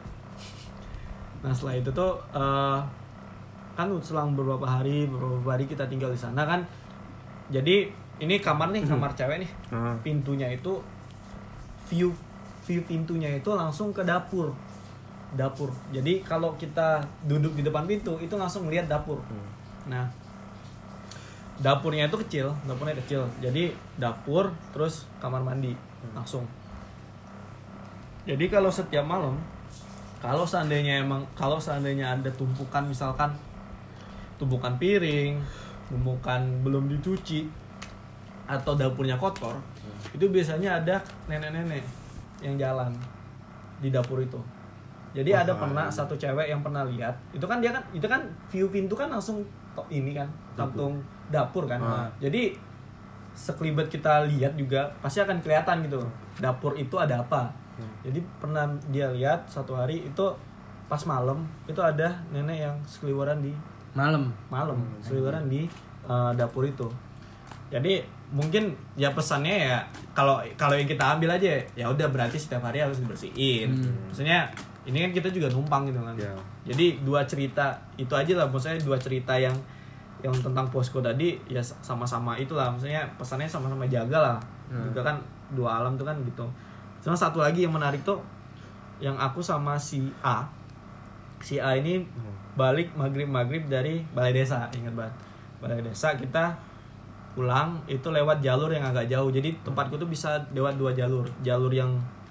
tuh kan selang beberapa hari kita tinggal di sana kan. Jadi ini kamar cewek nih. Pintunya itu view pintunya itu langsung ke dapur. Jadi kalau kita duduk di depan pintu itu langsung ngeliat dapur. Nah dapurnya kecil. Jadi dapur terus kamar mandi langsung. Jadi kalau setiap malam, kalau seandainya ada tumpukan, misalkan tumpukan piring, tumpukan belum dicuci, atau dapurnya kotor, itu biasanya ada nenek-nenek yang jalan di dapur itu. Jadi ada pernah satu cewek yang pernah lihat, itu kan view pintu kan langsung ini kan, langsung dapur kan. Jadi sekelibet kita lihat juga pasti akan kelihatan gitu, dapur itu ada apa. Jadi pernah dia lihat satu hari itu pas malam itu ada nenek yang sekeliweran di sekeliweran di dapur itu. Jadi mungkin ya pesannya ya kalau yang kita ambil aja ya udah berarti setiap hari harus dibersihin. Maksudnya ini kan kita juga numpang gitu kan. Yeah. Jadi dua cerita itu aja lah, maksudnya dua cerita yang tentang posko tadi ya sama-sama itulah, maksudnya pesannya sama-sama jaga lah. Juga kan dua alam tuh kan gitu. Cuma satu lagi yang menarik tuh yang aku sama si A ini balik maghrib dari balai desa, ingat banget. Balai desa kita pulang itu lewat jalur yang agak jauh. Jadi tempatku tuh bisa lewat dua jalur. Jalur yang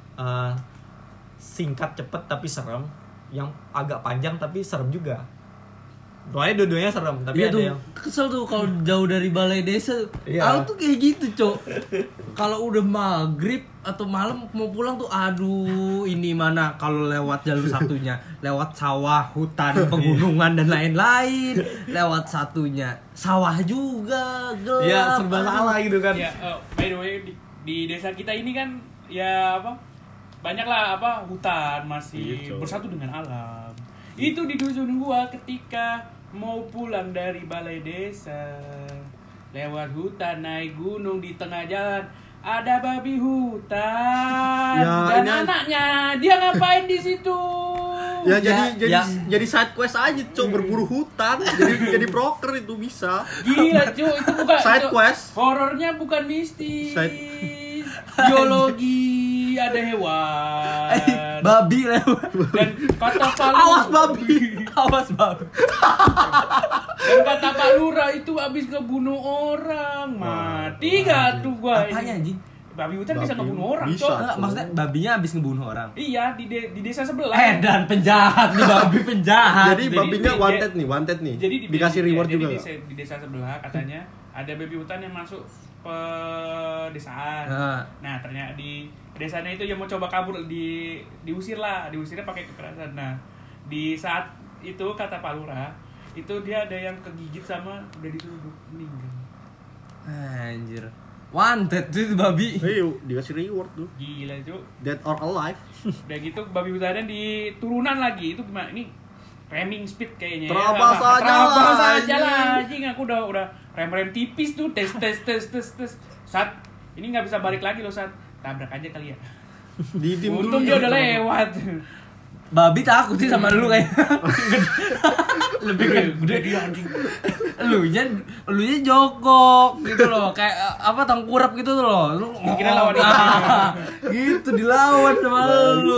singkat cepet tapi serem, yang agak panjang tapi serem juga. Pokoknya dua-duanya serem, tapi ada yang kesel tuh kalau jauh dari balai desa. Aku tuh kayak gitu, Cok. Kalau udah maghrib atau malam mau pulang tuh aduh, ini mana kalau lewat jalur satunya, lewat sawah, hutan, pegunungan dan lain-lain. Lewat satunya sawah juga, gelap. Iya, serba salah gitu kan. Ya, by the way di desa kita ini kan ya banyaklah hutan masih bersatu dengan alam. Itu di dusun gua ketika mau pulang dari balai desa, lewat hutan naik gunung, di tengah jalan ada babi hutan dan anaknya, dia ngapain di situ? Ya jadi side quest aja, Cok, berburu hutan. jadi broker itu bisa. Gila, Cok, itu bukan side quest. Horornya bukan mistis. Biologi, ada hewan. Babi lewat. Dan kata Pak Lurah, Awas babi. Dan kata Pak Lurah itu habis ngebunuh orang. Mati gak tuh gua. Apanya anjing? Babi hutan bisa ngebunuh orang, bisa. Cok. Enggak, maksudnya babinya habis ngebunuh orang. Iya, di desa sebelah. Dan penjahat nih, babi penjahat. Jadi babinya wanted nih. Jadi dikasih reward juga. Di desa sebelah katanya ada babi hutan yang masuk pedesaan. Nah, ternyata di desanya itu yang mau coba kabur, diusirnya pakai kekerasan. Nah, di saat itu kata Pak Lurah, itu dia ada yang kegigit sama udah dituduh meninggal. Anjir. Wanted tuh babi. Dikasih reward tuh. Gila, Cuk. Dead or alive. Udah gitu babi hutannya di turunan lagi. Itu gimana? Ini ramming speed kayaknya. Terabas aja lah. Anjing, aku udah rem tipis tuh, tes. Saat ini nggak bisa balik lagi loh, saat tabrak aja kali ya. Untung dia udah lewat. Babi takut sih sama lu kayak. Lebih gede dia anjing. Elunya jongkok gitu loh, kayak tengkurap gitu loh. Lu kira lawan dia. Gitu dilawan sama lu.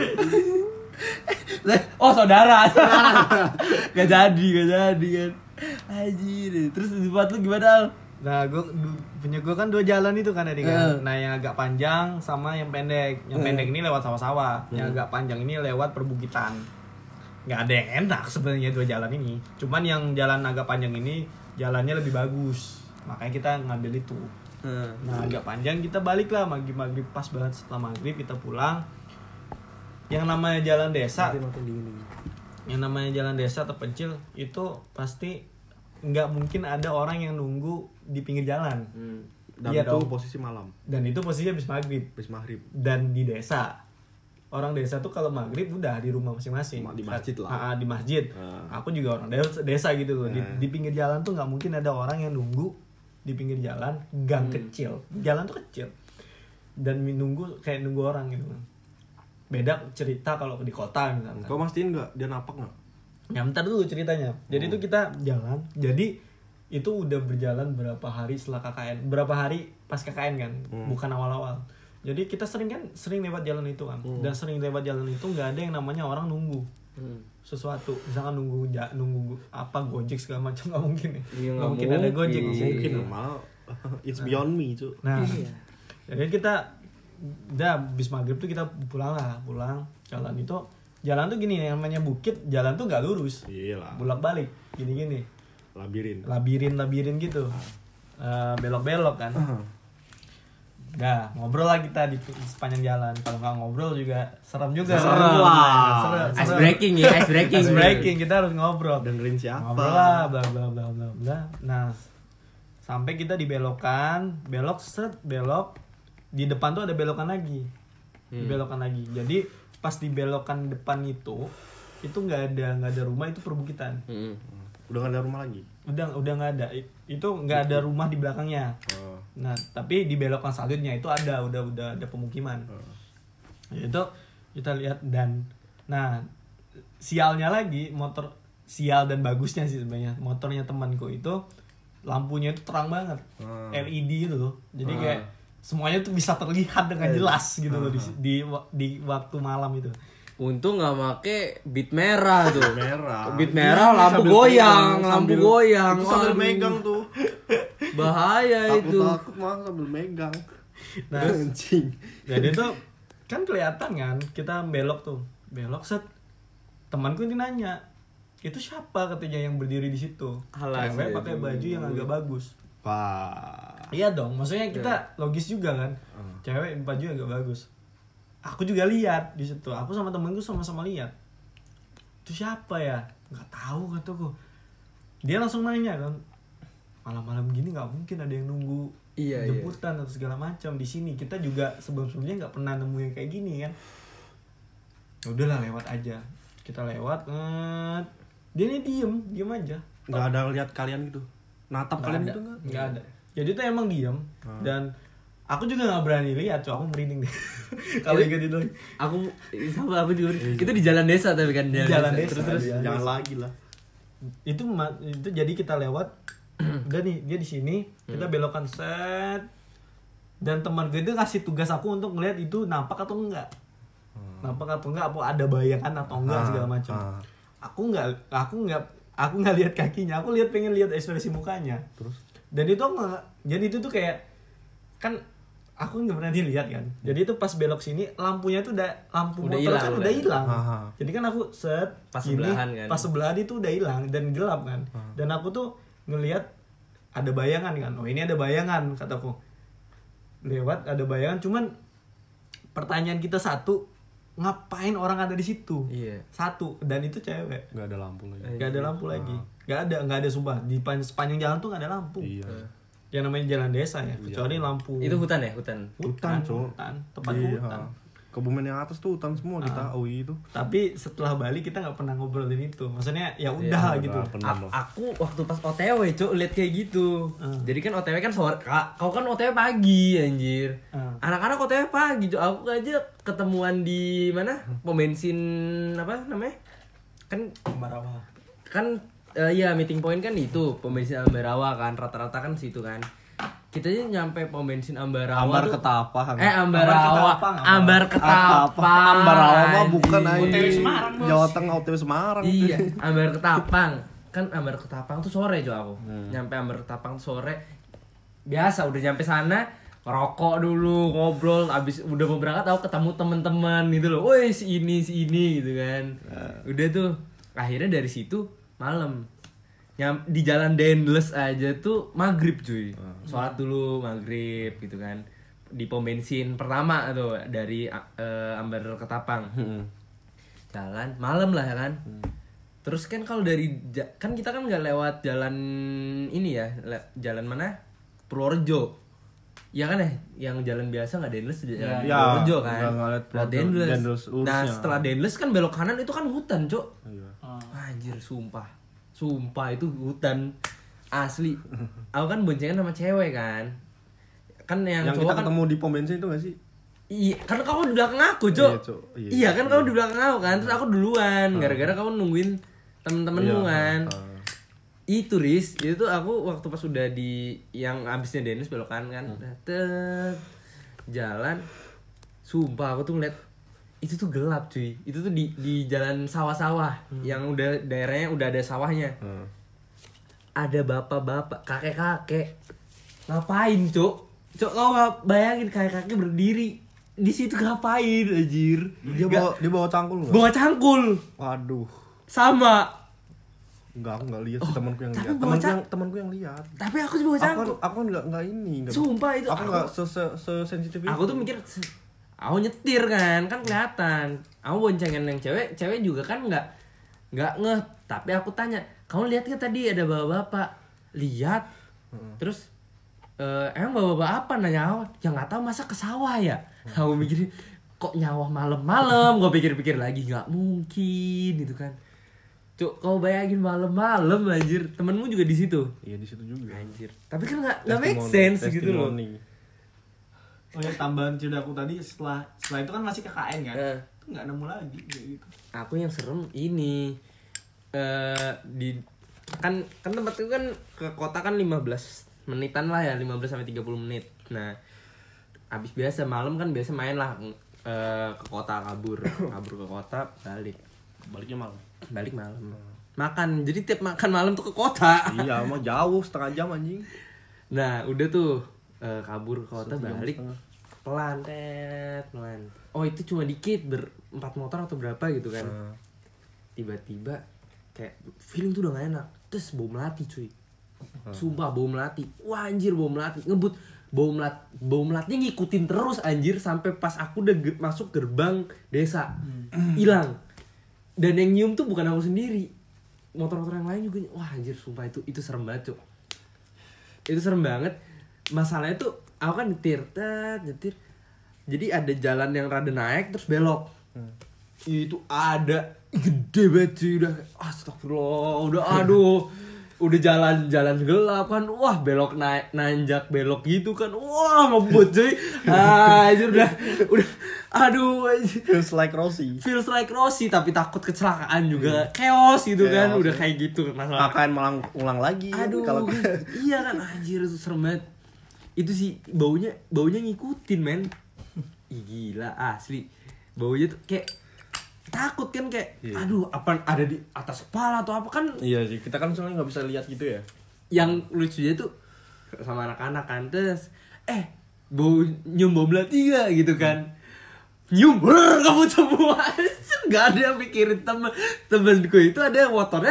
Oh, saudara. Gak jadi kan. Anjir. Terus di tempat lu gimana, Al? Nah, gue kan dua jalan itu kan tadi kan. Nah, yang agak panjang sama yang pendek. Yang pendek ini lewat sawah-sawah. Yang agak panjang ini lewat perbukitan. Nggak ada yang enak sebenarnya dua jalan ini. Cuman yang jalan agak panjang ini jalannya lebih bagus. Makanya kita ngambil itu. Nah, agak panjang kita balik lah maghrib pas banget setelah maghrib kita pulang. Yang namanya jalan desa. Yang namanya jalan desa terpencil itu pasti nggak mungkin ada orang yang nunggu di pinggir jalan. Dan iya itu dong. posisi malam. Dan itu posisinya habis maghrib. Dan di desa, orang desa tuh kalau maghrib udah di rumah masing-masing. Di masjid lah. Di masjid. Aku juga orang desa gitu loh. Di pinggir jalan tuh nggak mungkin ada orang yang nunggu di pinggir jalan, gang kecil, jalan tuh kecil, dan nunggu orang gitu kan. Beda cerita kalau di kota misalkan. Kau mastiin nggak dia napak nggak? Ya bentar dulu ceritanya. Jadi itu kita jalan. Jadi itu udah berjalan berapa hari setelah KKN, berapa hari pas KKN kan, bukan awal-awal. Jadi kita sering lewat jalan itu kan, dan sering lewat jalan itu nggak ada yang namanya orang nunggu sesuatu, misalkan nunggu apa Gojek segala macam, nggak mungkin ya. Iya, Nggak mungkin ada Gojek di sini. Mungkin malah it's beyond me cu. Nah, jadi kita udah habis maghrib tuh kita pulang jalan tuh gini, namanya bukit, jalan tuh nggak lurus, Iyalah. bolak-balik gini labirin gitu, belok-belok kan. Nah, ngobrol lah kita di sepanjang jalan. Kalau nggak ngobrol juga serem juga. Serem lah. Ice breaking. Ice breaking, kita harus ngobrol. Dengerin siapa? Ngobrol lah, bla bla bla bla bla. Nah, sampai kita belok. Di depan tuh ada belokan lagi. Belokan lagi. Jadi pas di belokan depan itu nggak ada rumah, itu perbukitan. Udah nggak ada rumah lagi. Udah nggak ada. Itu nggak ada rumah di belakangnya. Nah, tapi di belokan selanjutnya itu udah ada pemukiman. Itu kita lihat, dan nah sialnya lagi, sial dan bagusnya sih sebenarnya, motornya temanku itu lampunya itu terang banget, LED itu loh. Jadi kayak semuanya tuh bisa terlihat dengan jelas gitu loh di waktu malam itu. Untung nggak make beat merah tuh. Beat Iya, merah, lampu goyang. Itu sambil Aduh, megang tuh. bahaya itu. Takut mah sambil megang. Nah, Anjing. jadi tuh kan kelihatan kan, kita belok set. Temanku ini nanya, itu siapa katanya yang berdiri di situ? Alah, Cewek sih, pakai itu. baju yang agak bagus. Pak. Iya dong, maksudnya kita logis juga kan. Cewek baju yang agak bagus. Aku juga lihat di situ. Aku sama temenku sama-sama lihat. Itu siapa ya? Nggak tahu kataku. Dia langsung nanya kan, malam-malam gini nggak mungkin ada yang nunggu jemputan atau segala macam di sini. Kita juga sebelum-sebelumnya nggak pernah nemu yang kayak gini kan. Ya udahlah, lewat aja. Kita lewat, dia nih diem aja. Nggak ada lihat kalian gitu. Natap kalian gitu nggak ada. Jadi tuh emang diem, dan aku juga nggak berani lihat, aku merinding deh. Kalau ingat itu. Aku juga. Itu di jalan desa tapi kan Jalan desa. Terus Jangan lagi lah. Itu jadi kita lewat, udah nih dia di sini, kita belokan set, dan teman gue itu kasih tugas aku untuk ngeliat itu nampak atau enggak, apa ada bayangan atau enggak segala macam. Aku nggak lihat kakinya, aku pengen lihat ekspresi mukanya. Terus? Dan itu jadi itu tuh kayak kan aku nggak pernah dilihat kan. Jadi itu pas belok sini lampunya tuh lampu Udah motor hilang, kan udah hilang. Jadi kan aku Pas gini, sebelahan kan. pas sebelahan itu udah hilang dan gelap kan. Dan aku tuh ngelihat ada bayangan kan. Oh, ini ada bayangan kataku. Lewat ada bayangan, cuman pertanyaan kita satu, ngapain orang ada di situ? Iya. Satu, dan itu cewek. Nggak ada lampu lagi. Gak ada lampu lagi. Gak ada sumpah. Di sepanjang jalan tuh gak ada lampu. Iya. Yang namanya jalan desa ya, kecuali lampu. itu hutan ya, Hutan, Hutan, Cok. tepat Iya. hutan. Kebumen yang atas tuh hutan semua kita UI itu. Tapi setelah balik kita nggak pernah ngobrolin itu. Maksudnya ya udah gitu. Aku waktu pas OTW cuk lihat kayak gitu. Jadi kan OTW kan sore, kau kan OTW pagi anjir. Anak-anak OTW pagi cuk. Aku aja ketemuan di mana? Pom bensin apa namanya? Kan Ambarawa. kan ya meeting point kan itu pom bensin Ambarawa kan, rata-rata kan situ kan. Kita aja nyampe pom bensin Ambarawa Ambar tuh, Ketapang. Ambar Ketapang. Ambarawa mah bukan anjing. OTW Semarang, Bos. Jawa Tengah OTW Semarang. Iya, Ambar Ketapang. Kan Ambar Ketapang tuh sore coy aku. Nyampe Ambar Ketapang tuh sore. Biasa udah nyampe sana, ngerokok dulu, ngobrol, abis udah mau berangkat aku ketemu teman-teman gitu loh. Woi, si ini gitu kan. Udah tuh akhirnya dari situ malam. Di jalan Dendles aja tuh maghrib cuy. Sholat dulu maghrib gitu kan. Di pom bensin pertama tuh dari Ambar Ketapang. Jalan malam lah kan. Terus kan kalau dari kan kita kan nggak lewat jalan ini ya, jalan mana? Purworejo. Ya kan ya, yang jalan biasa nggak Dendles, jalan Purworejo kan. Lewat Dendles. Nah setelah Dendles kan belok kanan itu kan hutan cok. Anjir sumpah itu hutan. Asli. Aku kan boncengan sama cewek kan. Kan yang Yang cowok kita kan ketemu di pom bensin itu gak sih? iya, kan kamu di belakang aku, Cok. Iya, Cok. Iya. Iya, kan kamu di belakang aku kan. Terus aku duluan gara-gara kamu nungguin temen-temenmu kan. Itu Riz, itu tuh aku waktu pas udah di yang abisnya Dennis belokan kan, udah jalan, sumpah aku tuh ngeliat itu tuh gelap cuy, itu tuh di jalan sawah-sawah yang udah daerahnya udah ada sawahnya, ada bapak-bapak, kakek-kakek, ngapain cok kau nggak bayangin kakek-kakek berdiri di situ ngapain anjir? Dia bawa cangkul nggak? Bawa cangkul, Waduh. sama. Enggak, aku enggak lihat sih temanku yang tapi lihat. bawa Temanku yang lihat. Tapi aku juga bawa cangkul. Aku kan enggak ini, enggak. Sumpah itu Aku enggak sensitif itu. aku tuh mikir aku nyetir kan kelihatan aku boncengan yang cewek juga kan nggak ngeh, tapi aku tanya kamu lihat nggak tadi ada bapak-bapak lihat terus emang bapak-bapak apa nanya aku ya nggak tahu masa ke sawah ya. Aku mikir kok nyawa malam-malam, gue pikir-pikir lagi nggak mungkin gitu kan. Cuk, kau bayangin malam-malam anjir, temenmu juga di situ. Iya, di situ juga. Anjir. Tapi kan nggak make sense gitu loh. Oh ya, tambahan ceritaku tadi setelah itu kan masih KKN kan? Eh. Itu nggak nemu lagi kayak gitu. Aku yang serem ini di kan tempat itu kan ke kota kan 15 menitan lah ya, 15 sampai 30 menit. Nah, abis biasa malam kan biasa main lah ke kota, kabur ke kota, Baliknya malam. balik malam. Makan. Jadi tiap makan malam tuh ke kota. Iya, mah jauh setengah jam anjing. Nah, udah tuh kabur ke kota, 1 jam balik setengah. pelan. Oh, itu cuma dikit, 4 motor atau berapa gitu kan. Tiba-tiba kayak feeling tuh udah gak enak. Terus bau melati cuy. Sumpah bau melati. Wah anjir bau melati. Ngebut bau melatinya ngikutin terus anjir sampai pas aku udah masuk gerbang desa. Hilang. Dan yang nyium tuh bukan aku sendiri. Motor-motor yang lain juga. Wah anjir sumpah itu serem banget cuy. Itu serem banget. Masalahnya tuh aku kan nyetir. Jadi ada jalan yang rada naik terus belok. Itu ada gede banget cuy, udah astagfirullah, udah aduh. Udah jalan gelap kan. Wah, belok nanjak belok gitu kan. Wah, ngebut cuy. Anjir udah aduh anjir. Feels like Rossi, tapi takut kecelakaan juga. Chaos gitu kan. Udah kayak gitu masalah. Akan ulang lagi. Aduh, kalau iya kan anjir itu serem banget. Itu sih baunya ngikutin men. Ih, gila asli. Baunya tuh kayak takut kan kayak aduh apa ada di atas kepala atau apa kan. Iya sih, kita kan soalnya nggak bisa lihat gitu ya. Yang lucunya tuh sama anak-anak kan terus nyium bau melati gak gitu kan. Nyium kamu semua. Gak ada yang mikirin temenku itu ada motornya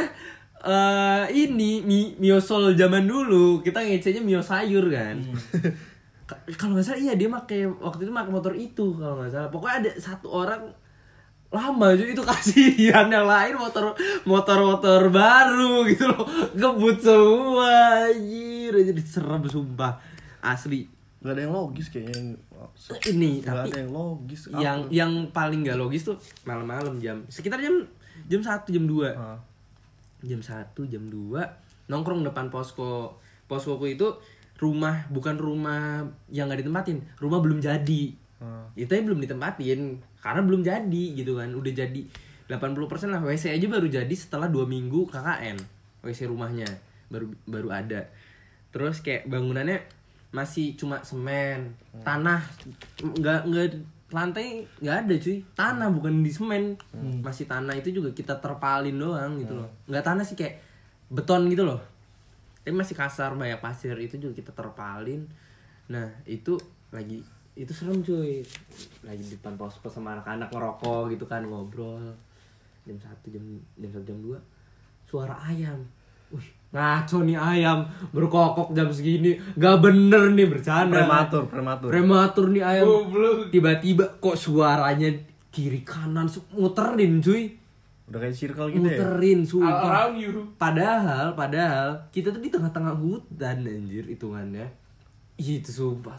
ini Miosol zaman dulu. Kita ngecenya Mio sayur kan. Kalau nggak salah iya dia waktu itu pakai motor itu kalau nggak salah. Pokoknya ada satu orang lama aja itu kasihan, yang lain motor baru gitu loh, ngebut semua anjir aja diserem sumpah asli. Gak ada yang logis kayaknya Ini gak tapi ada yang logis. yang paling gak logis tuh malam-malam sekitar jam 1 jam 2 jam 1 jam 2 nongkrong depan poskoku itu bukan rumah yang gak ditempatin, rumah belum jadi. Itu belum ditempatin karena belum jadi gitu kan. Udah jadi 80% lah. WC aja baru jadi setelah 2 minggu KKN. WC rumahnya baru ada. Terus kayak bangunannya masih cuma semen, tanah, nggak lantai nggak ada cuy, tanah bukan di semen. Masih tanah, itu juga kita terpalin doang gitu loh. Nggak tanah sih, kayak beton gitu loh. Tapi masih kasar, banyak pasir, itu juga kita terpalin. Nah itu serem cuy, lagi di depan posko sama anak-anak ngerokok gitu kan, ngobrol jam 1 jam 2 suara ayam. Wih, ngaco nih ayam berkokok jam segini, gak bener nih, bercanda. Prematur nih ayam. Tiba-tiba kok suaranya kiri kanan muterin cuy. Udah kayak circle gitu ya. Muterin sumpah. Around you. Padahal kita tuh di tengah-tengah hutan anjir hitungannya. Itu sumpah.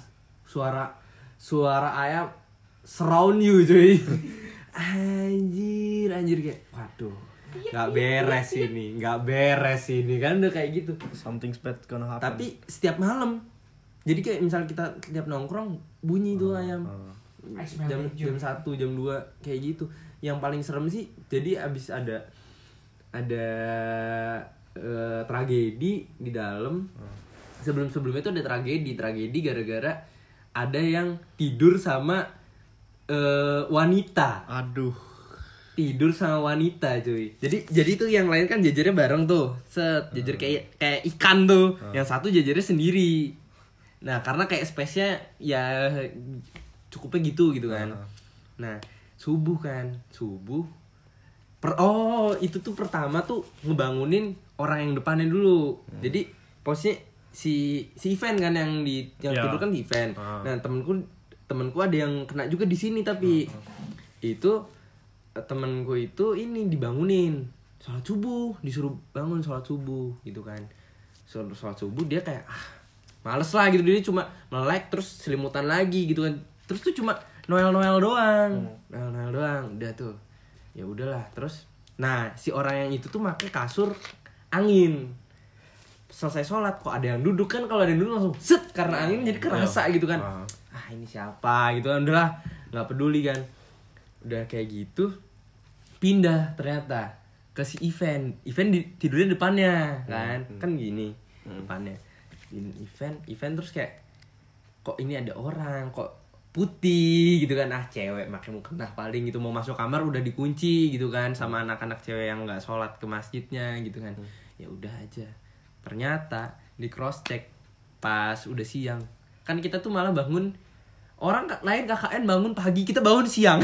Suara ayam surround you cuy. Anjir kayak waduh. nggak beres ini kan udah kayak gitu. Something's bad gonna happen. Tapi setiap malam, jadi kayak misal kita setiap nongkrong bunyi tuh ayam jam 1 jam 2 kayak gitu. Yang paling serem sih jadi abis ada tragedi di dalam. Sebelumnya itu ada tragedi gara-gara ada yang tidur sama wanita. Aduh. Tidur sama wanita cuy. Jadi tuh yang lain kan jajarnya bareng tuh. Jajar kayak ikan tuh. Yang satu jajarnya sendiri. Nah, karena kayak space-nya ya cukupnya gitu kan. Nah, subuh. Itu tuh pertama tuh ngebangunin orang yang depannya dulu. Jadi posisinya si event kan yang tidur kan di event. Nah, temenku ada yang kena juga di sini tapi itu temenku itu ini dibangunin sholat subuh, disuruh bangun sholat subuh gitu kan. Sholat subuh dia kayak males lah gitu, dia cuma melek terus selimutan lagi gitu kan. Terus tuh cuma Noel doang. Noel doang udah tuh. Ya udahlah terus. Nah, si orang yang itu tuh pakai kasur angin. Selesai sholat kok ada yang duduk kan, kalau ada yang duduk langsung set karena angin jadi kerasa gitu kan. Ini siapa gitu kan, udahlah nggak peduli kan. Udah kayak gitu pindah ternyata ke si event tidurnya depannya kan gini depannya event terus kayak kok ini ada orang kok putih gitu kan, cewek makin mukena paling gitu, mau masuk kamar udah dikunci gitu kan sama anak-anak cewek yang nggak sholat ke masjidnya gitu kan. Ya udah aja, ternyata di cross check pas udah siang kan, kita tuh malah bangun orang lain KKN bangun pagi, kita bangun siang.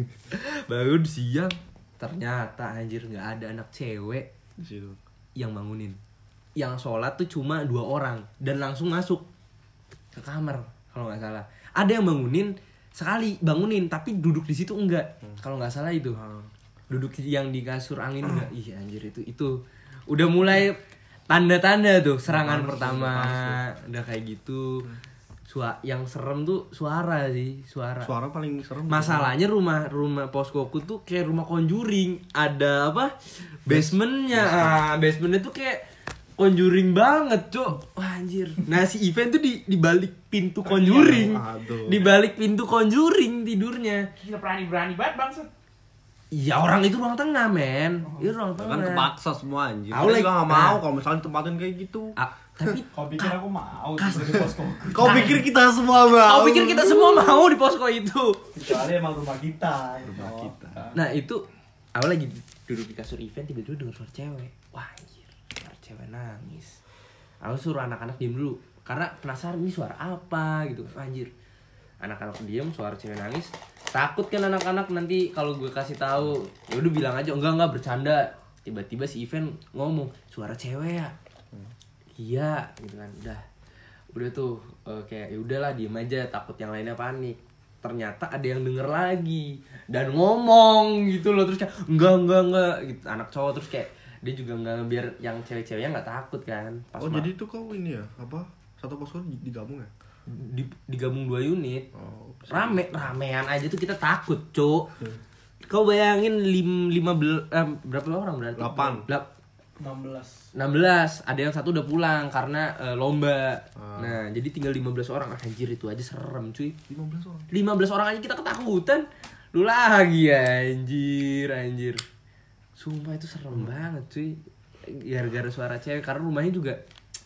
Bangun siang ternyata anjir nggak ada anak cewek yang bangunin. Yang sholat tuh cuma 2 orang dan langsung masuk ke kamar kalau nggak salah. Ada yang bangunin tapi duduk di situ enggak, kalau nggak salah itu. Duduk yang di kasur angin enggak. Ih anjir itu udah mulai tanda-tanda tuh serangan pertama udah kayak gitu. Yang serem tuh suara paling serem. Masalahnya rumah poskoku tuh kayak rumah Conjuring, ada basementnya. Basementnya tuh kayak Conjuring banget cok. Wah anjir. Nah si event tuh di balik pintu Conjuring. Di balik pintu Conjuring tidurnya. Gila, berani banget bangsat. Ya orang itu ruang tengah men. Itu ruang tengah. Kan kepaksa semua anjir. Aku juga gak mau kalau misalnya tempatin kayak gitu. Tapi kau pikir aku mau di posko? Kau pikir kita semua mau? Kau pikir kita semua mau di posko itu? Kecuali emang rumah kita. Nah itu aku lagi duduk di kasur event, tiba-tiba dengar suara cewek. Wah anjir, suara cewek nangis. Aku suruh anak-anak diem dulu karena penasaran ini suara apa gitu. Anjir, anak-anak diem, suara cewek nangis. Takut kan anak-anak nanti kalau gue kasih tahu, ya udah bilang aja enggak bercanda. Tiba-tiba si event ngomong suara cewek ya. Iya gitu kan, udah tuh kayak ya udahlah diem aja, takut yang lainnya panik. Ternyata ada yang denger lagi dan ngomong gitu loh, terus kayak enggak gitu, anak cowok. Terus kayak dia juga nggak, biar yang cewek-ceweknya nggak takut kan. Jadi itu kau ini ya satu posko digabung ya? Digabung 2 unit. Ramean aja tuh kita takut cuk. Kau bayangin 15 berapa orang berarti? 16. Ada yang satu udah pulang karena lomba. Nah, jadi tinggal 15 orang. Anjir itu aja serem, cuy. 15 orang aja kita ketakutan. Lu lagi anjir. Sumpah itu serem banget, cuy. Gara-gara suara cewek, karena rumahnya juga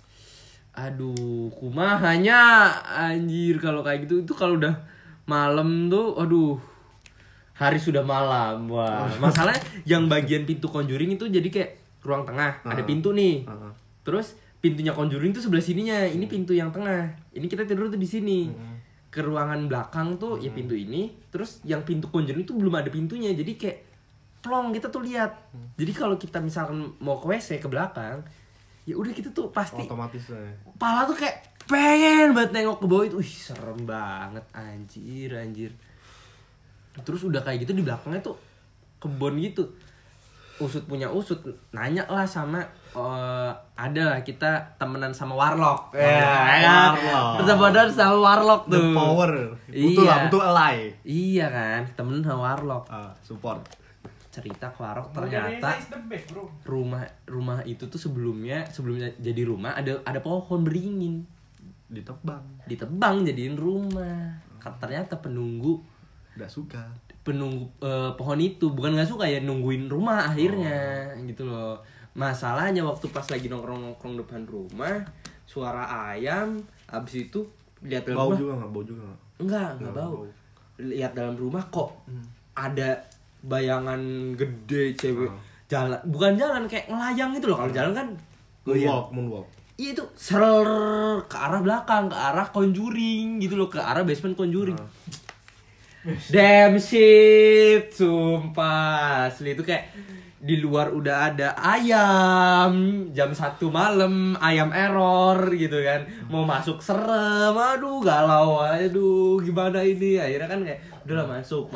aduh, kumahanya anjir kalau kayak gitu. Itu kalau udah malam tuh aduh, hari sudah malam. Wah, masalahnya yang bagian pintu Conjuring itu jadi kayak ruang tengah, ada pintu nih. Terus pintunya Conjuring tuh sebelah sininya. Ini pintu yang tengah. Ini kita tidur tuh di sini. Ke ruangan belakang tuh ya pintu ini. Terus yang pintu Conjuring tuh belum ada pintunya. Jadi kayak plong kita tuh lihat. Jadi kalau kita misalkan mau ke WC ke belakang, ya udah kita tuh pasti otomatis ya. Kepala tuh kayak pengen banget nengok ke bawah itu. Wih, serem banget anjir. Terus udah kayak gitu di belakangnya tuh kebun gitu. Usut punya usut, nanya lah sama ada lah kita temenan sama warlock. Temenan sama warlock tuh. The power. Betul ally. Iya kan, temenan sama warlock. Support. cerita ke Warok Muda ternyata desa is the best, bro. rumah itu tuh sebelumnya jadi rumah ada pohon beringin ditebang jadiin rumah. Ternyata penunggu pohon itu bukan nggak suka ya nungguin rumah akhirnya gitu loh. Masalahnya waktu pas lagi nongkrong depan rumah suara ayam, abis itu lihat dalam rumah bau juga nggak bau. Lihat dalam rumah kok ada bayangan gede cewek jalan, bukan jalan kayak ngelayang gitu loh. Kalau jalan kan moonwalk. Iya itu ser ke arah belakang, ke arah Conjuring gitu loh, ke arah basement Conjuring. Damn shit, sumpah asli itu kayak di luar udah ada ayam jam 1 malam, ayam error gitu kan, mau masuk serem, aduh galau, aduh gimana ini. Akhirnya kan kayak udahlah masuk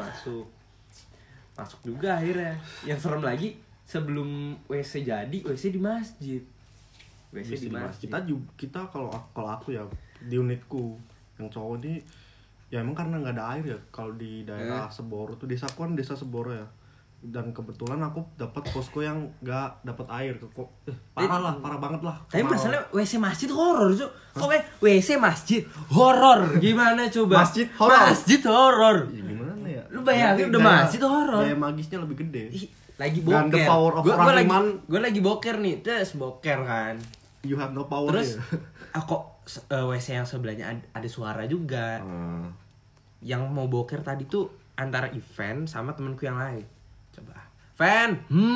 juga akhirnya. Yang serem lagi sebelum WC jadi, WC di masjid. WC di masjid. Kita kalau aku ya di unitku yang cowok ini ya emang karena nggak ada air ya. Kalau di daerah Seboro tuh, desaku kan desa Seboro ya, dan kebetulan aku dapat posko yang nggak dapat air. Parah banget lah. Tapi masalahnya WC masjid horor tuh. Kok WC masjid horor? Gimana coba? Masjid horor. Ya, gimana ya? Lu bayangin udah masjid horor. Gaya magisnya lebih gede. Lagi Dan the boker. power of Rahman. Gue lagi boker nih, terus boker kan. You have no power. Terus ya. kok WC yang sebelahnya ada suara juga. Yang mau boker tadi tuh antara event sama temanku yang lain. Coba Fan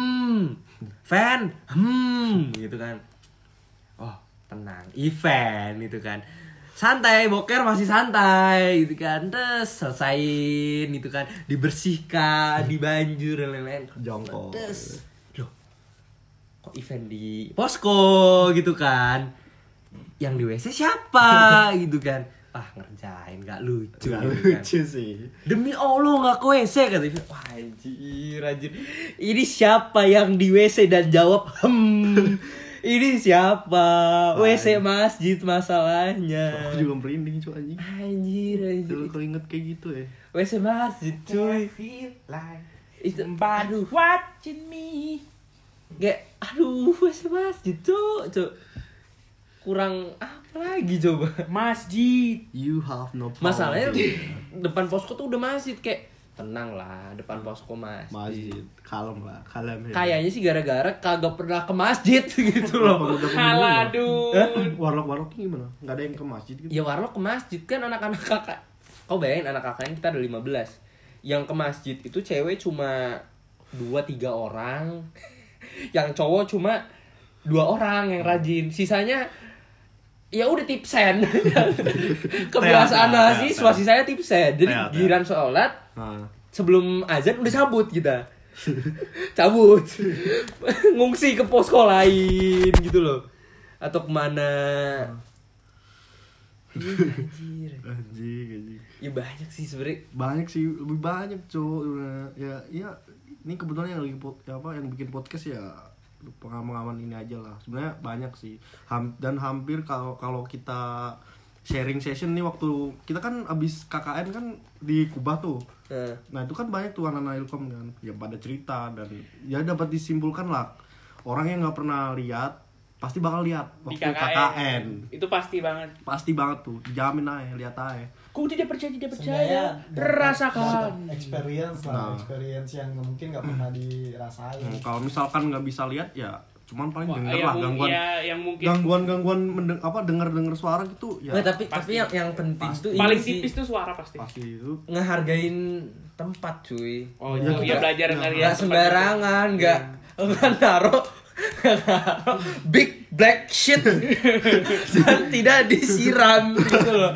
gitu kan. Oh tenang, event gitu kan, santai, boker masih santai gitu kan. Terus selesaiin gitu kan, dibersihkan, dibanjur dan lain-lain. Jongkok. Terus loh, kok event di posko gitu kan, yang di WC siapa gitu kan. Wah ngerjain gak lucu Gak gitu kan. lucu sih. Demi Allah gak ke WC kata dia. Wah anjir. Ini siapa yang di WC dan jawab ini siapa? WC masjid masalahnya. Aku juga merinding cuy anjing. Anjir. Dulu kalau inget kayak gitu ya. WC masjid cuy. Feel like Itu somebody watching me. kayak aduh WC masjid cuy. Kurang apa lagi coba? Masjid. You have no power. Masalahnya depan posko tuh udah masjid, kayak tenang lah, depan posko masjid. Kalem lah. Kayaknya sih gara-gara kagak pernah ke masjid gitu loh. Haladun. Warlock gimana? Gak ada yang ke masjid gitu? Ya Warlock ke masjid kan anak-anak kakak. Kau bayangin anak kakaknya kita ada 15. Yang ke masjid itu cewek cuma 2-3 orang. Yang cowok cuma 2 orang yang rajin. Sisanya ya udah tipsen. Kebiasaan mahasiswa sisanya tipsen. Jadi giliran sholat sebelum azan udah cabut kita. Cabut. Ngungsi ke posko lain gitu loh. Atau kemana. Anjir. Ya banyak sih sebenarnya. Banyak sih, lebih banyak cowok. Ya ini kebetulan yang lagi yang bikin podcast ya pengalaman ini aja lah. Sebenarnya banyak sih. Dan hampir kalau kita sharing session nih, waktu kita kan abis KKN kan di Kubah tuh. Nah itu kan banyak tuh anak-anak Ilkom kan yang pada cerita, dan ya dapat disimpulkan lah, orang yang nggak pernah lihat pasti bakal lihat waktu KKN. Itu pasti banget tuh, dijamin aja, lihat aja. Ku tidak percaya, rasakan. Experience lah, experience yang mungkin nggak pernah dirasain. Kalau misalkan nggak bisa lihat ya cuman paling denger yang lah gangguan, yang mungkin gangguan dengar suara gitu ya. Nah, tapi yang penting tuh paling ini tipis sih, tuh suara pasti itu ngehargain tempat cuy. Oh ya, itu ya belajar ngeliat Nggak sembarangan, nggak naruh big black shit dan tidak disiram gitu loh.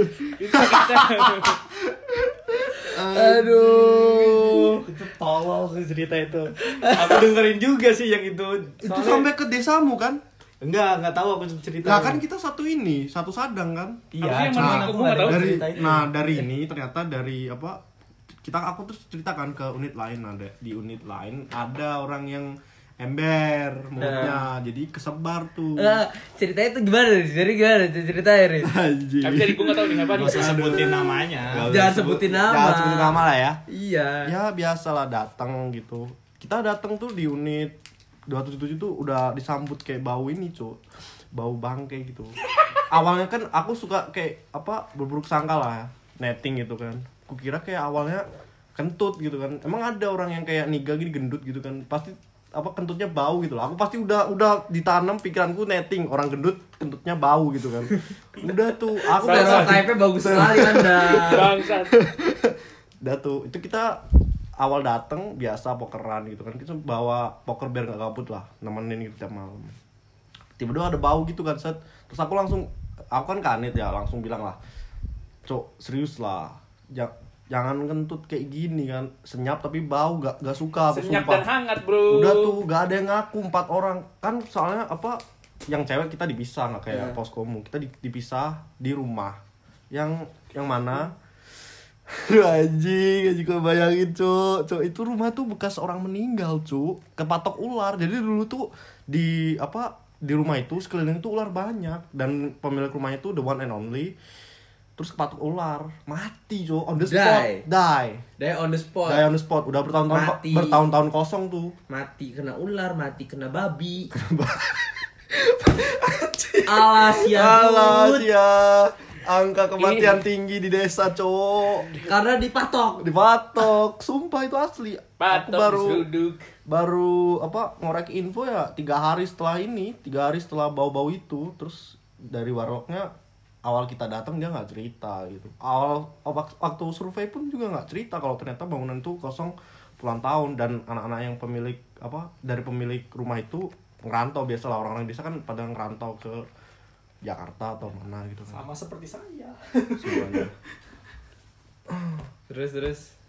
Aduh, Itu tolol sih cerita itu. Aku dengerin juga sih yang itu. itu sampai ke desamu kan? Enggak tahu aku cerita. Nah kan kita satu sadang kan? Iya, Tapi yang cuman mana aku aku nggak nggak ada tahu dari cerita itu. dari ini ternyata dari aku terus ceritakan ke unit lain, ada di unit lain ada orang yang ember mulutnya, jadi kesebar tuh. ceritanya tuh gimana? Jadi gimana ceritanya, Riz? Anjing. tapi jadi gue nggak tahu nih apa Nggak usah sebutin namanya. Jangan sebutin nama. Jangan sebutin nama lah ya. Iya. Ya biasalah datang gitu. kita datang tuh di unit 277 tuh udah disambut kayak bau ini Cuk, bau bangke gitu. Awalnya kan aku suka kayak apa berburuk sangka lah netting gitu kan, kukira kayak awalnya kentut gitu kan, emang ada orang yang kayak niga gini gendut gitu kan, pasti apa kentutnya bau gitu loh. Aku pasti udah ditanam pikiranku netting orang gendut kentutnya bau gitu kan. Udah tuh aku Stereotipnya bagus sekali Anda. Bangsat. udah tuh itu kita awal dateng biasa pokeran gitu kan, kita bawa poker biar nggak gabut lah, nemenin gitu tiap malam. Tiba-tiba ada bau gitu kan set, terus aku kan kanit ya, langsung bilang lah, Cok serius lah, jangan kentut kayak gini kan, senyap tapi bau, gak suka aku Senyap sumpah. dan hangat bro. Udah tuh gak ada yang ngaku, 4 orang kan, soalnya apa yang cewek kita dipisah, nggak kayak poskomu, kita dipisah di rumah yang mana anjing juga bayangin Cuk itu rumah tuh bekas orang meninggal Cuk, kepatok ular. Jadi dulu tuh di rumah itu sekeliling tuh ular banyak, dan pemilik rumahnya tuh the one and only, terus kepatok ular mati Cuk, on the spot, die On the spot. Udah Mati. bertahun-tahun kosong tuh. Mati kena ular, mati kena babi. Alas ya. Angka kematian tinggi di desa Cuk, Karena dipatok. sumpah itu asli. Patok Aku duduk. baru ngorek info ya 3 hari setelah bau-bau itu. Terus dari warlocknya awal kita datang dia nggak cerita gitu, waktu survei pun juga nggak cerita kalau ternyata bangunan itu kosong puluhan tahun, dan anak-anak yang dari pemilik rumah itu ngerantau. Biasalah orang-orang desa kan pada ngerantau ke Jakarta atau mana gitu kan. Sama seperti saya. Semuanya. Terus.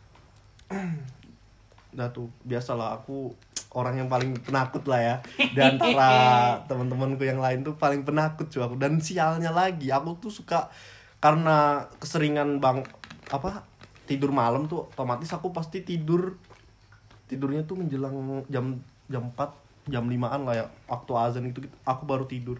Udah tuh biasalah, aku orang yang paling penakut lah ya di antara teman-temanku yang lain tuh paling penakut cuy aku. Dan sialnya lagi aku tuh suka, karena keseringan tidur malam tuh otomatis aku pasti tidurnya tuh menjelang jam 4 jam 5-an lah ya, waktu azan itu aku baru tidur.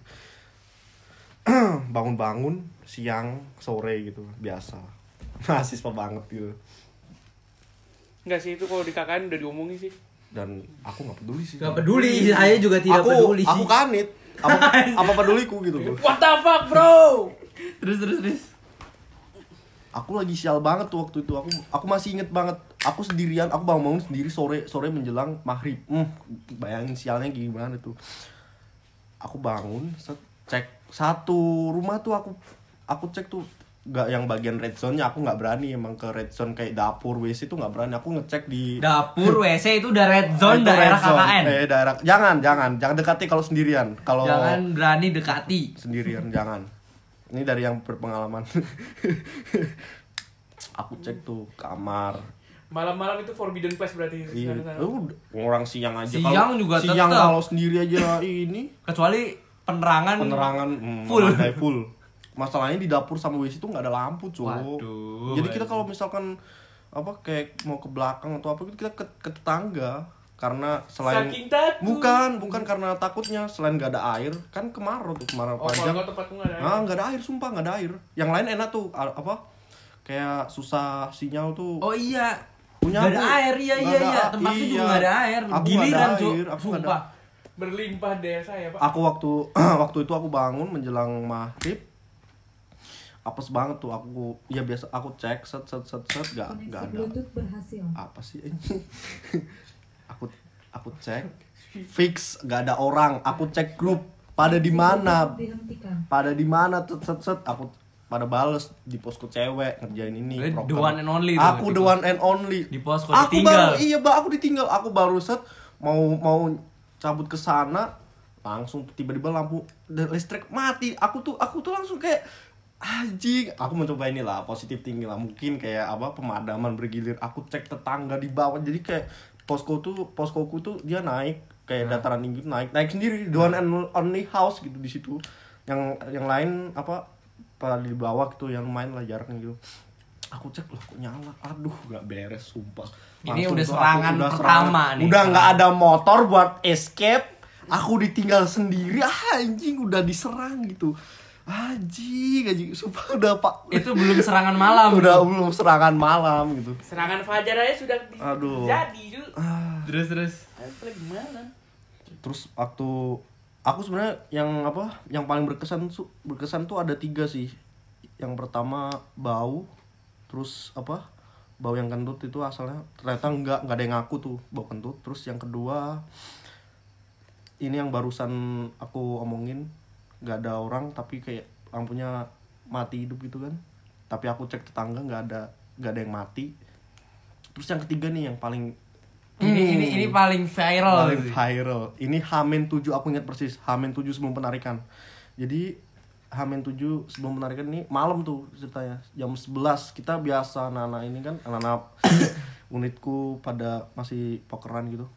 Bangun siang sore gitu biasa, mahasiswa banget gitu. Enggak sih, itu kalau di KKN udah diomongin sih. Dan aku nggak peduli sih. Gak peduli, saya juga tidak peduli sih. Aku kanit, apa peduliku gitu bro. What the fuck bro? Terus. Aku lagi sial banget tuh waktu itu. Aku masih inget banget. Aku sendirian, aku bangun sendiri sore menjelang maghrib. Bayangin sialnya gimana tuh. Aku bangun, cek satu rumah tuh aku cek tuh, nggak yang bagian red zone-nya aku nggak berani, emang ke red zone kayak dapur WC itu nggak berani. Aku ngecek di dapur WC itu udah red zone daerah KKN. Daerah jangan dekati kalau sendirian. Kalau Jangan berani dekati. sendirian jangan. Ini dari yang berpengalaman. Aku cek tuh kamar. Malam-malam itu forbidden place berarti. Iya. Orang siang aja. Siang juga siang tetep. kalau sendiri aja ini. Kecuali penerangan full. Masalahnya di dapur sama WC itu nggak ada lampu cuy. Waduh. Jadi kita kalau misalkan kayak mau ke belakang atau apa gitu, kita ke tetangga. Karena selain Saking takut. bukan karena takutnya, selain nggak ada air kan, kemarau panjang. Kalau tempatku nggak ada air. Nggak ada air, sumpah nggak ada air. Yang lain enak tuh kayak susah sinyal tuh. Oh iya. Punya Gak ada aku. air, iya. Tempatku juga gak ada air. Aku nggak Giliran ada Cuk. air, aku nggak ada. Sumpah. Berlimpah desa ya pak. Aku waktu itu aku bangun menjelang maghrib, apes banget tuh aku. Ya biasa aku cek set nggak ada. Bluetooth berhasil. Apa sih ini? aku cek fix nggak ada orang. Aku cek grup pada di mana Dihentikan. set aku pada bales di posko cewek ngerjain ini The program. one and only tuh, Aku di the one and only. Di posko Aku ditinggal. aku ditinggal. Aku baru set mau cabut ke sana, langsung tiba-tiba lampu listrik mati. Aku tuh langsung kayak anjing. Aku mencoba inilah positif tinggi lah, mungkin kayak pemadaman bergilir. Aku cek tetangga di bawah, jadi kayak poskoku tuh dia naik kayak dataran tinggi, naik sendiri, the one and only house gitu di situ. Yang lain pada di bawah gitu, yang main lah jaraknya gitu. Aku cek loh kok nyala, aduh nggak beres sumpah. Ini Langsung udah tuh serangan pertama nih. Udah nggak ada motor buat escape, aku ditinggal sendiri, anjing udah diserang gitu. Anjing, sumpah udah Pak. Itu belum serangan malam. Udah belum serangan malam gitu. Serangan fajar aja sudah Aduh. jadi, Ju. Terus. Apa gimana? Terus waktu aku sebenarnya yang paling berkesan tuh ada 3 sih. Yang pertama bau, terus bau yang kentut itu asalnya ternyata nggak ada yang ngaku tuh bau kentut. Terus yang kedua ini yang barusan aku omongin, nggak ada orang tapi kayak lampunya mati hidup gitu kan. Tapi aku cek tetangga nggak ada yang mati. Terus yang ketiga nih yang paling Ini paling viral. paling viral. Ini H-7, aku ingat persis. H-7 sebelum penarikan. Jadi H-7 sebelum penarikan ini malam tuh ceritanya. Jam 11 kita biasa anak-anak ini kan, anak-anak unitku pada masih pokeran gitu.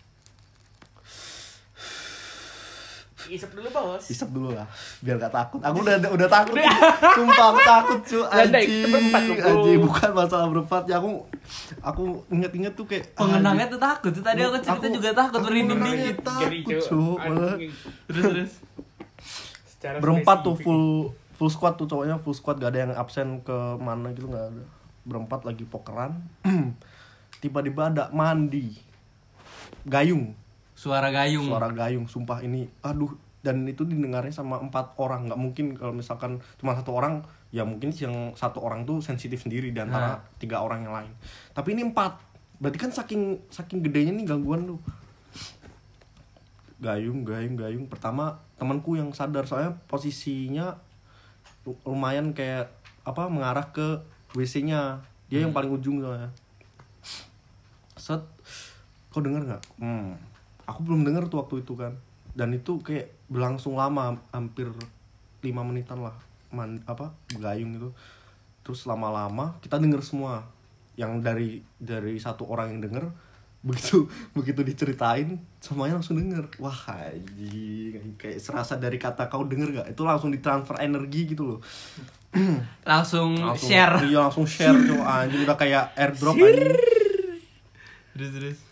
Isep dulu, Bos. Isep dulu lah, biar gak takut. Aku udah takut. Sumpah aku takut, cu. Anjing, bukan masalah berempat. Ya aku inget-inget tuh kayak Pengenangnya tuh takut. Tuh tadi aku cerita juga takut, merinding dikit. Takut, cu. Malah Terus. Secara berempat tuh spesifik. full squad tuh, cowoknya full squad, gak ada yang absen ke mana gitu, gak ada. Berempat lagi pokeran. Tiba-tiba ada mandi gayung, Suara gayung. sumpah ini aduh. Dan itu didengarnya sama 4 orang. Nggak mungkin kalau misalkan cuma 1 orang, ya mungkin yang 1 orang tuh sensitif sendiri di antara 3 orang yang lain. Tapi ini 4, berarti kan saking gedenya nih gangguan tuh. Gayung. Pertama temanku yang sadar, soalnya posisinya lumayan kayak mengarah ke WC-nya. Dia yang paling ujung soalnya. Set, kau dengar nggak? Aku belum dengar tuh waktu itu kan. Dan itu kayak berlangsung lama, hampir 5 menitan lah gayung itu. Terus lama-lama kita denger semua. Yang dari 1 orang yang denger, begitu diceritain semuanya langsung denger. Wah, anjing, kayak serasa dari kata kau denger gak? Itu langsung ditransfer energi gitu loh. langsung share. Iya, langsung share tuh, anjing, udah kayak airdrop anjing. Terus.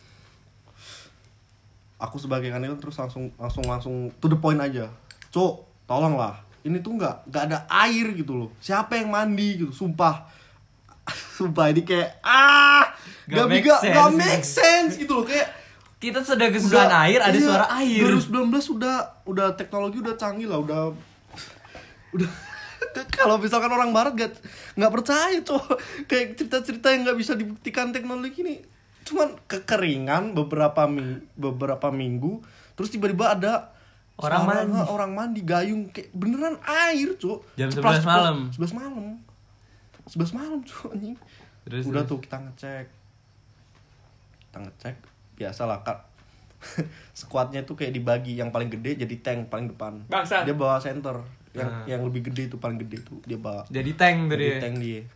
Aku sebagai kanil terus langsung to the point aja. Cuk, tolonglah. Ini tuh nggak ada air gitu loh. Siapa yang mandi gitu? Sumpah ini kayak gak make sense gitu loh, kayak Kita sudah kesusahan air, ada iya, suara air. 2019 udah teknologi udah canggih lah, udah kalau misalkan orang barat nggak percaya tuh, kayak cerita-cerita yang nggak bisa dibuktikan teknologi ini. Cuman kekeringan beberapa minggu, terus tiba-tiba ada orang mandi gayung, kayak beneran air, Cuk. Jam 11 malam. 11 malam, Cuk, anjing. Udah tuh kita ngecek. Biasalah, Kak. Squadnya tuh kayak dibagi, yang paling gede jadi tank paling depan. Bangsa. Dia bawa center. Yang lebih gede itu, paling gede tuh dia bawa. Jadi tank tadi. Tank dia.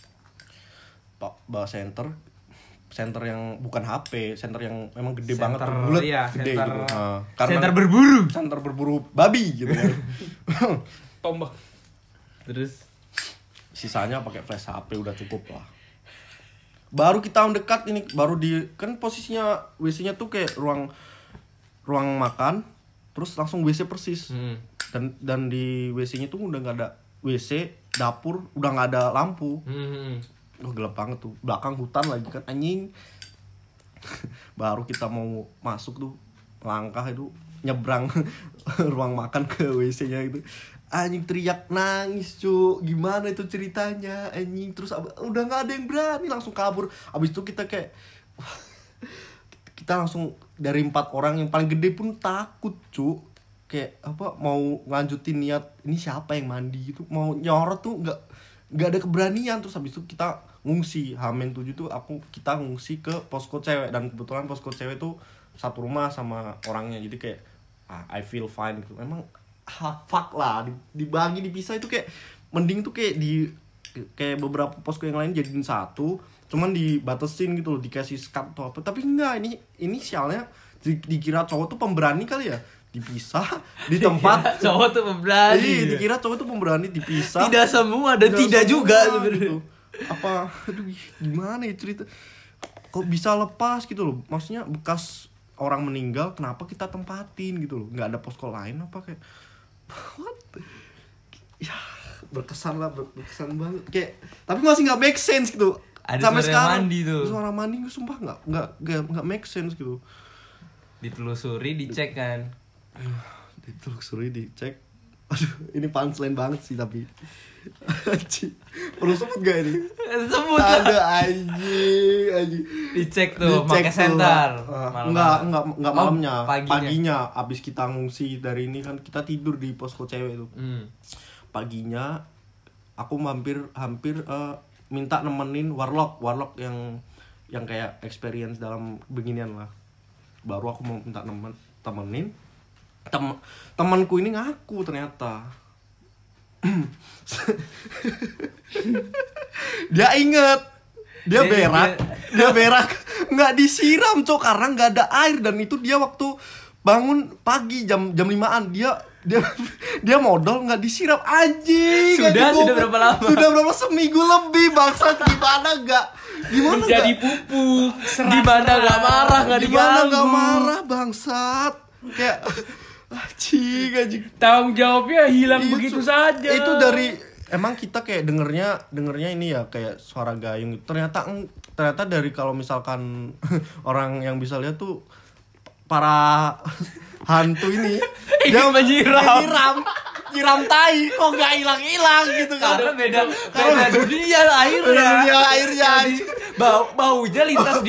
Bawa center yang bukan HP, center yang memang gede banget, bulat, iya, gede center, gitu. Karena center berburu babi gitu kan. Tombak. Terus Sisanya pakai flash HP udah cukup lah. Baru kita mendekat ini, baru kan posisinya WC-nya tuh kayak ruang makan, terus langsung WC persis. Dan di WC-nya tuh udah nggak ada WC, dapur udah nggak ada lampu. Gelap banget tuh, belakang hutan lagi kan, anjing. Baru kita mau masuk tuh, langkah itu nyebrang ruang makan ke WC-nya gitu, anjing, teriak nangis, cu. Gimana itu ceritanya, anjing. Terus udah nggak ada yang berani, langsung kabur. Abis itu kita kayak kita langsung dari 4 orang yang paling gede pun takut, cu. Kayak mau ngelanjutin niat ini siapa yang mandi gitu, mau nyorot tuh nggak ada keberanian. Terus habis itu kita ngungsi H-7 tuh kita ngungsi ke posko cewek, dan kebetulan posko cewek tuh satu rumah sama orangnya, jadi kayak I feel fine gitu. Memang fuck lah, dibagi dipisah itu kayak mending tuh kayak beberapa posko yang lain jadiin satu, cuman dibatasin gitu loh, dikasih skat atau apa. Tapi enggak, ini sialnya dikira cowok tuh pemberani kali ya, dipisah di tempat cowok tuh pemberani. Iya, dikira cowok tuh pemberani dipisah. Tidak semua dan tidak juga sebenarnya. Gitu. Aduh, gimana ya cerita? Kok bisa lepas gitu loh? Maksudnya bekas orang meninggal, kenapa kita tempatin gitu loh? Nggak ada posko lain apa kayak? What? ya berkesan lah, berkesan banget kayak, tapi masih nggak make sense gitu. Ada sampai suara sekarang mandi tuh. suara mandi gue sumpah nggak make sense gitu. Ditelusuri, dicek kan. Ditelusuri, dicek. Aduh, ini punchline banget sih tapi. Anjing. Perlu sebut gak ini? Sebut lah. Ada anjing. Dicek tuh, pakai senter. Enggak malamnya. Paginya. Abis kita ngungsi dari ini kan kita tidur di posko cewek tuh. Paginya aku hampir minta nemenin warlock yang kayak experience dalam beginian lah. Baru aku mau minta temenin. Temanku ini ngaku ternyata. Dia inget, dia berak nggak disiram cok karena nggak ada air, dan itu dia waktu bangun pagi jam 5-an dia modal nggak disiram anjing. Sudah berapa lama? Sudah berapa, seminggu lebih bangsat. Gimana menjadi pupuk. Gimana nggak marah, nggak diganggu. nggak marah bangsat kayak anjing. Tanggung jawabnya hilang Iya, begitu Cuk. saja. Itu dari emang kita kayak dengernya ini ya kayak suara gayung. Ternyata dari kalau misalkan orang yang bisa lihat tuh para hantu ini dia nyiram tai kok nggak hilang gitu kan. Karena beda dunia airnya. Baunya lintas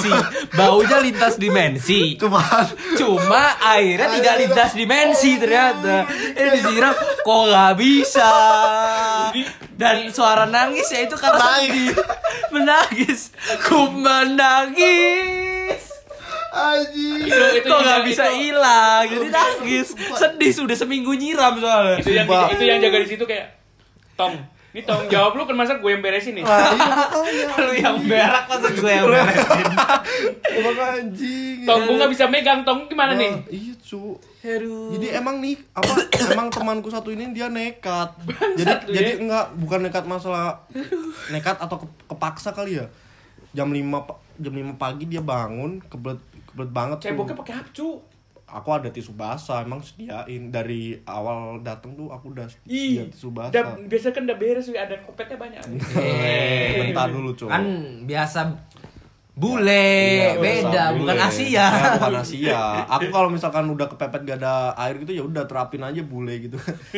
dimensi. Cuma airnya tidak lintas dimensi ternyata. Ini disiram kok nggak bisa. Dan suara nangis ya itu karena menangis. Ku menangis. Anjing. Itu Kok nggak bisa hilang? Jadi nangis. Sedih sudah seminggu nyiram soalnya. Itu yang jaga di situ kayak Tong. Ini tanggung jawab lu kan, masa gue yang beresin nih. Lu yang berak masa gue yang beresin. Anjing. Tong gue nggak bisa megang. Tong gimana nih? Iya cu. Aduh. Jadi emang temanku satu ini dia nekat. Bangsat lu Jadi ya. bukan nekat masalah nekat atau kepaksa kali ya. Jam 5 pagi dia bangun, kebelet banget tuh. Ceboknya pakai apa, cu? Aku ada tisu basah, emang sediain dari awal datang tuh aku udah sedia tisu basah. Biasa kan udah beres, ada kopetnya banyak. Bentar dulu coba. Kan biasa bule, beda, bukan Asia. Ya, bukan Asia. Aku kalau misalkan udah kepepet gak ada air gitu ya udah terapin aja bule gitu.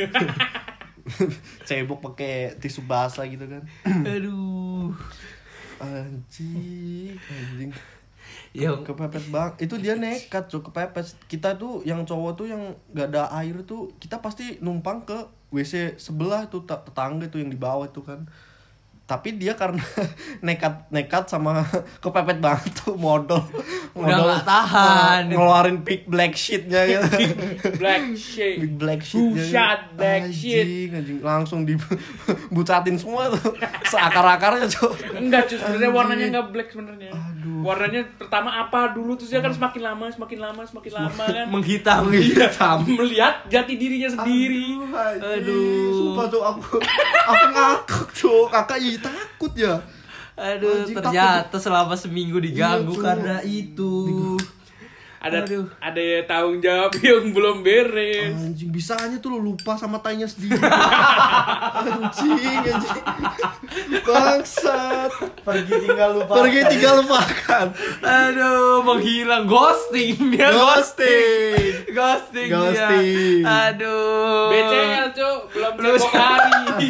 Cebok pakai tisu basah gitu kan. Aduh. Anjing. Yang Kepepet banget. Itu dia nekat cuy, kepepet. Kita tuh yang cowok tuh yang gak ada air tuh kita pasti numpang ke WC sebelah tuh, tetangga tuh yang di bawah tuh kan. Tapi dia karena nekat sama kepepet banget tuh modal nggak tahan. Ngeluarin big black shitnya gitu. Black shit. Big black shitnya. Buset, black shit. Anjing, langsung dibucatin semua tuh. Seakar-akarnya cuy. Enggak, cuy, sebenarnya warnanya enggak black sebenarnya. Warnanya pertama apa dulu, terus dia kan semakin lama kan. menghitam. Melihat jati dirinya sendiri. Aduh. Sumpah tuh aku ngakak tuh. Kakak jadi takut ya. Aduh, Anjing, ternyata selama seminggu diganggu Iya, karena itu. Ada tanggung jawab yang belum beres. Anjing, bisanya tuh lo lupa sama tainya sendiri. Anjing. Bangsat. Pergi tinggal lupakan. Aduh, menghilang, ghosting dia. Ghosting dia. Aduh. BCL, Cuk, belum cebok hari.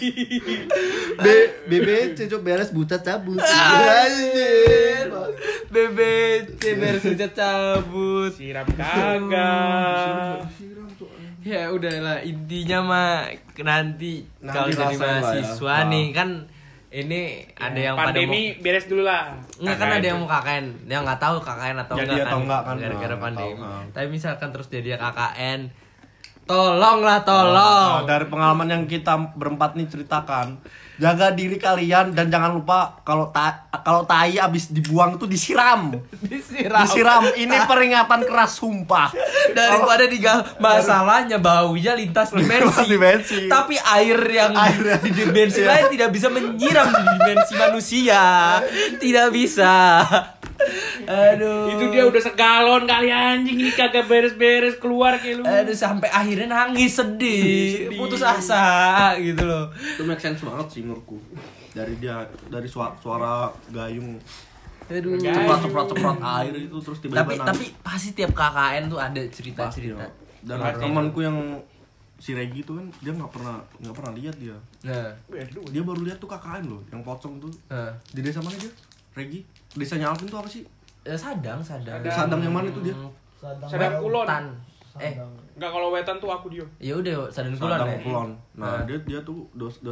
BBC cok beres buta cabut. Anjir. BBC beres hujan cabut. Siram kagak. Ya udahlah, intinya mah nanti kalau jadi rasain lah ya. mahasiswa nih kan ini ada yang pada mau pandemi beres dulu lah. enggak kan ada yang mau KKN, dia nggak tahu KKN atau Jadi enggak atau enggak kan, gara-gara nggak pandemi. tahu, Tapi misalkan terus jadi KKN, tolong. Nah, dari pengalaman yang kita berempat nih ceritakan, jaga diri kalian dan jangan lupa kalau tai abis dibuang tuh disiram. Disiram. Ini peringatan keras sumpah. Daripada masalahnya baunya lintas dimensi. Tapi air yang di dimensi lain tidak bisa menyiram di dimensi manusia. Tidak bisa. Aduh. Itu dia udah segalon kali anjing, ini kagak beres-beres keluar kayak lu. Aduh, sampai akhirnya nangis sedih, putus asa gitu loh. Itu make sense banget sih menurutku. Dari suara gayung Aduh. ceprot air itu terus tiba-tiba Tapi pasti tiap KKN tuh ada cerita-cerita. dan Pasti. temanku yang si Regi tuh kan dia nggak pernah lihat dia. Nah, Dia baru lihat tuh KKN loh, yang pocong tuh. nah. Di desa mana dia? Regi? Desanya Alvin tuh apa sih? Sadang. Sadang yang mana itu dia? Sadang Kulon. Tan. Enggak, kalau wetan tuh aku dia. Ya udah Sadang Kulon Sadang ya. Kulon. Nah, dia tuh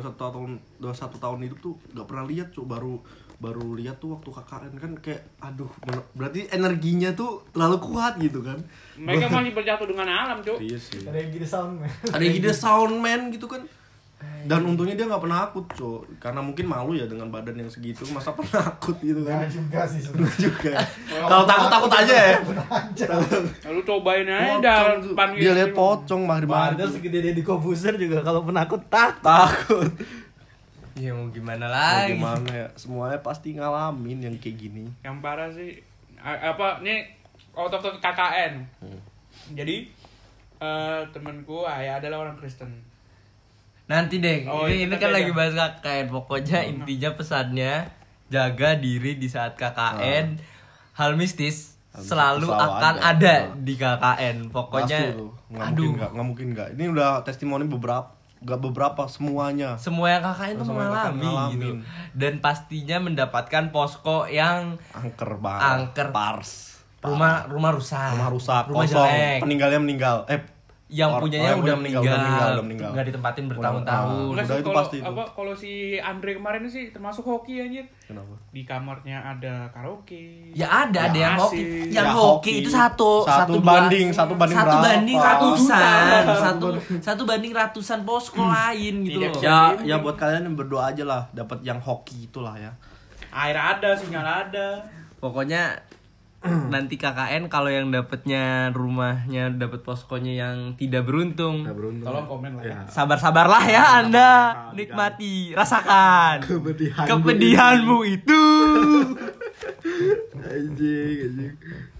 21 tahun hidup tuh nggak pernah lihat, Cuk. Baru lihat tuh waktu KKN kan kayak aduh, berarti energinya tuh terlalu kuat gitu kan. Mereka masih berjatuh dengan alam, Cuk. Iya sih. Ada yang gini sound man. Ada yang ide soundman gitu kan. Dan untungnya dia nggak penakut, Cuk. Karena mungkin malu ya dengan badan yang segitu, masa penakut gitu kan. Nah juga sih Bener sebenarnya. juga. Kalau takut aja ya. Lalu cobain aja Pocong tuh. panggil Dia lihat pocong mahir-mahir. Ada segede Deddy Kobuser juga kalau penakut takut. Takut. Ya mau gimana Mau lagi? gimana ya? Semuanya pasti ngalamin yang kayak gini. Yang parah sih nih out of the KKN. Jadi temanku ayah adalah orang Kristen. Nanti deh. Oh, ini itu kan nanti lagi aja. bahas KKN. Pokoknya intinya pesannya jaga diri di saat KKN. Hal mistis selalu akan ada di KKN. Pokoknya Pasti tuh. Nggak mungkin nggak. Ini udah testimoni beberapa semuanya. semua yang KKN tuh Semua yang KKN mengalami ngalamin. gitu. Dan pastinya mendapatkan posko yang Angker banget. Angker. Pars. rumah rusak. Rumah rusak, Rumah kosong, jelek. peninggalnya meninggal. Yang punyanya udah meninggal. udah meninggal. Nggak ditempatin bertahun-tahun. Enggak Udah sih itu kalau pasti itu. kalau si Andre kemarin sih termasuk hoki anjir. Kenapa? Di kamarnya ada karaoke. Ya ada Ya, yang hoki. asik. Yang Ya, hoki hoki. itu satu Satu dua. banding berapa? Ratusan. Satu banding ratusan posko lain gitu Tidak loh. bisa. Ya buat kalian yang berdoa aja lah dapat yang hoki itulah ya. Air ada, sinyal ada. Pokoknya nanti KKN kalau yang dapatnya rumahnya dapat poskonya yang tidak beruntung. Tolong komen lah ya. Sabar-sabarlah ya Anda, nikmati, rasakan kepedihanmu itu. Anjing.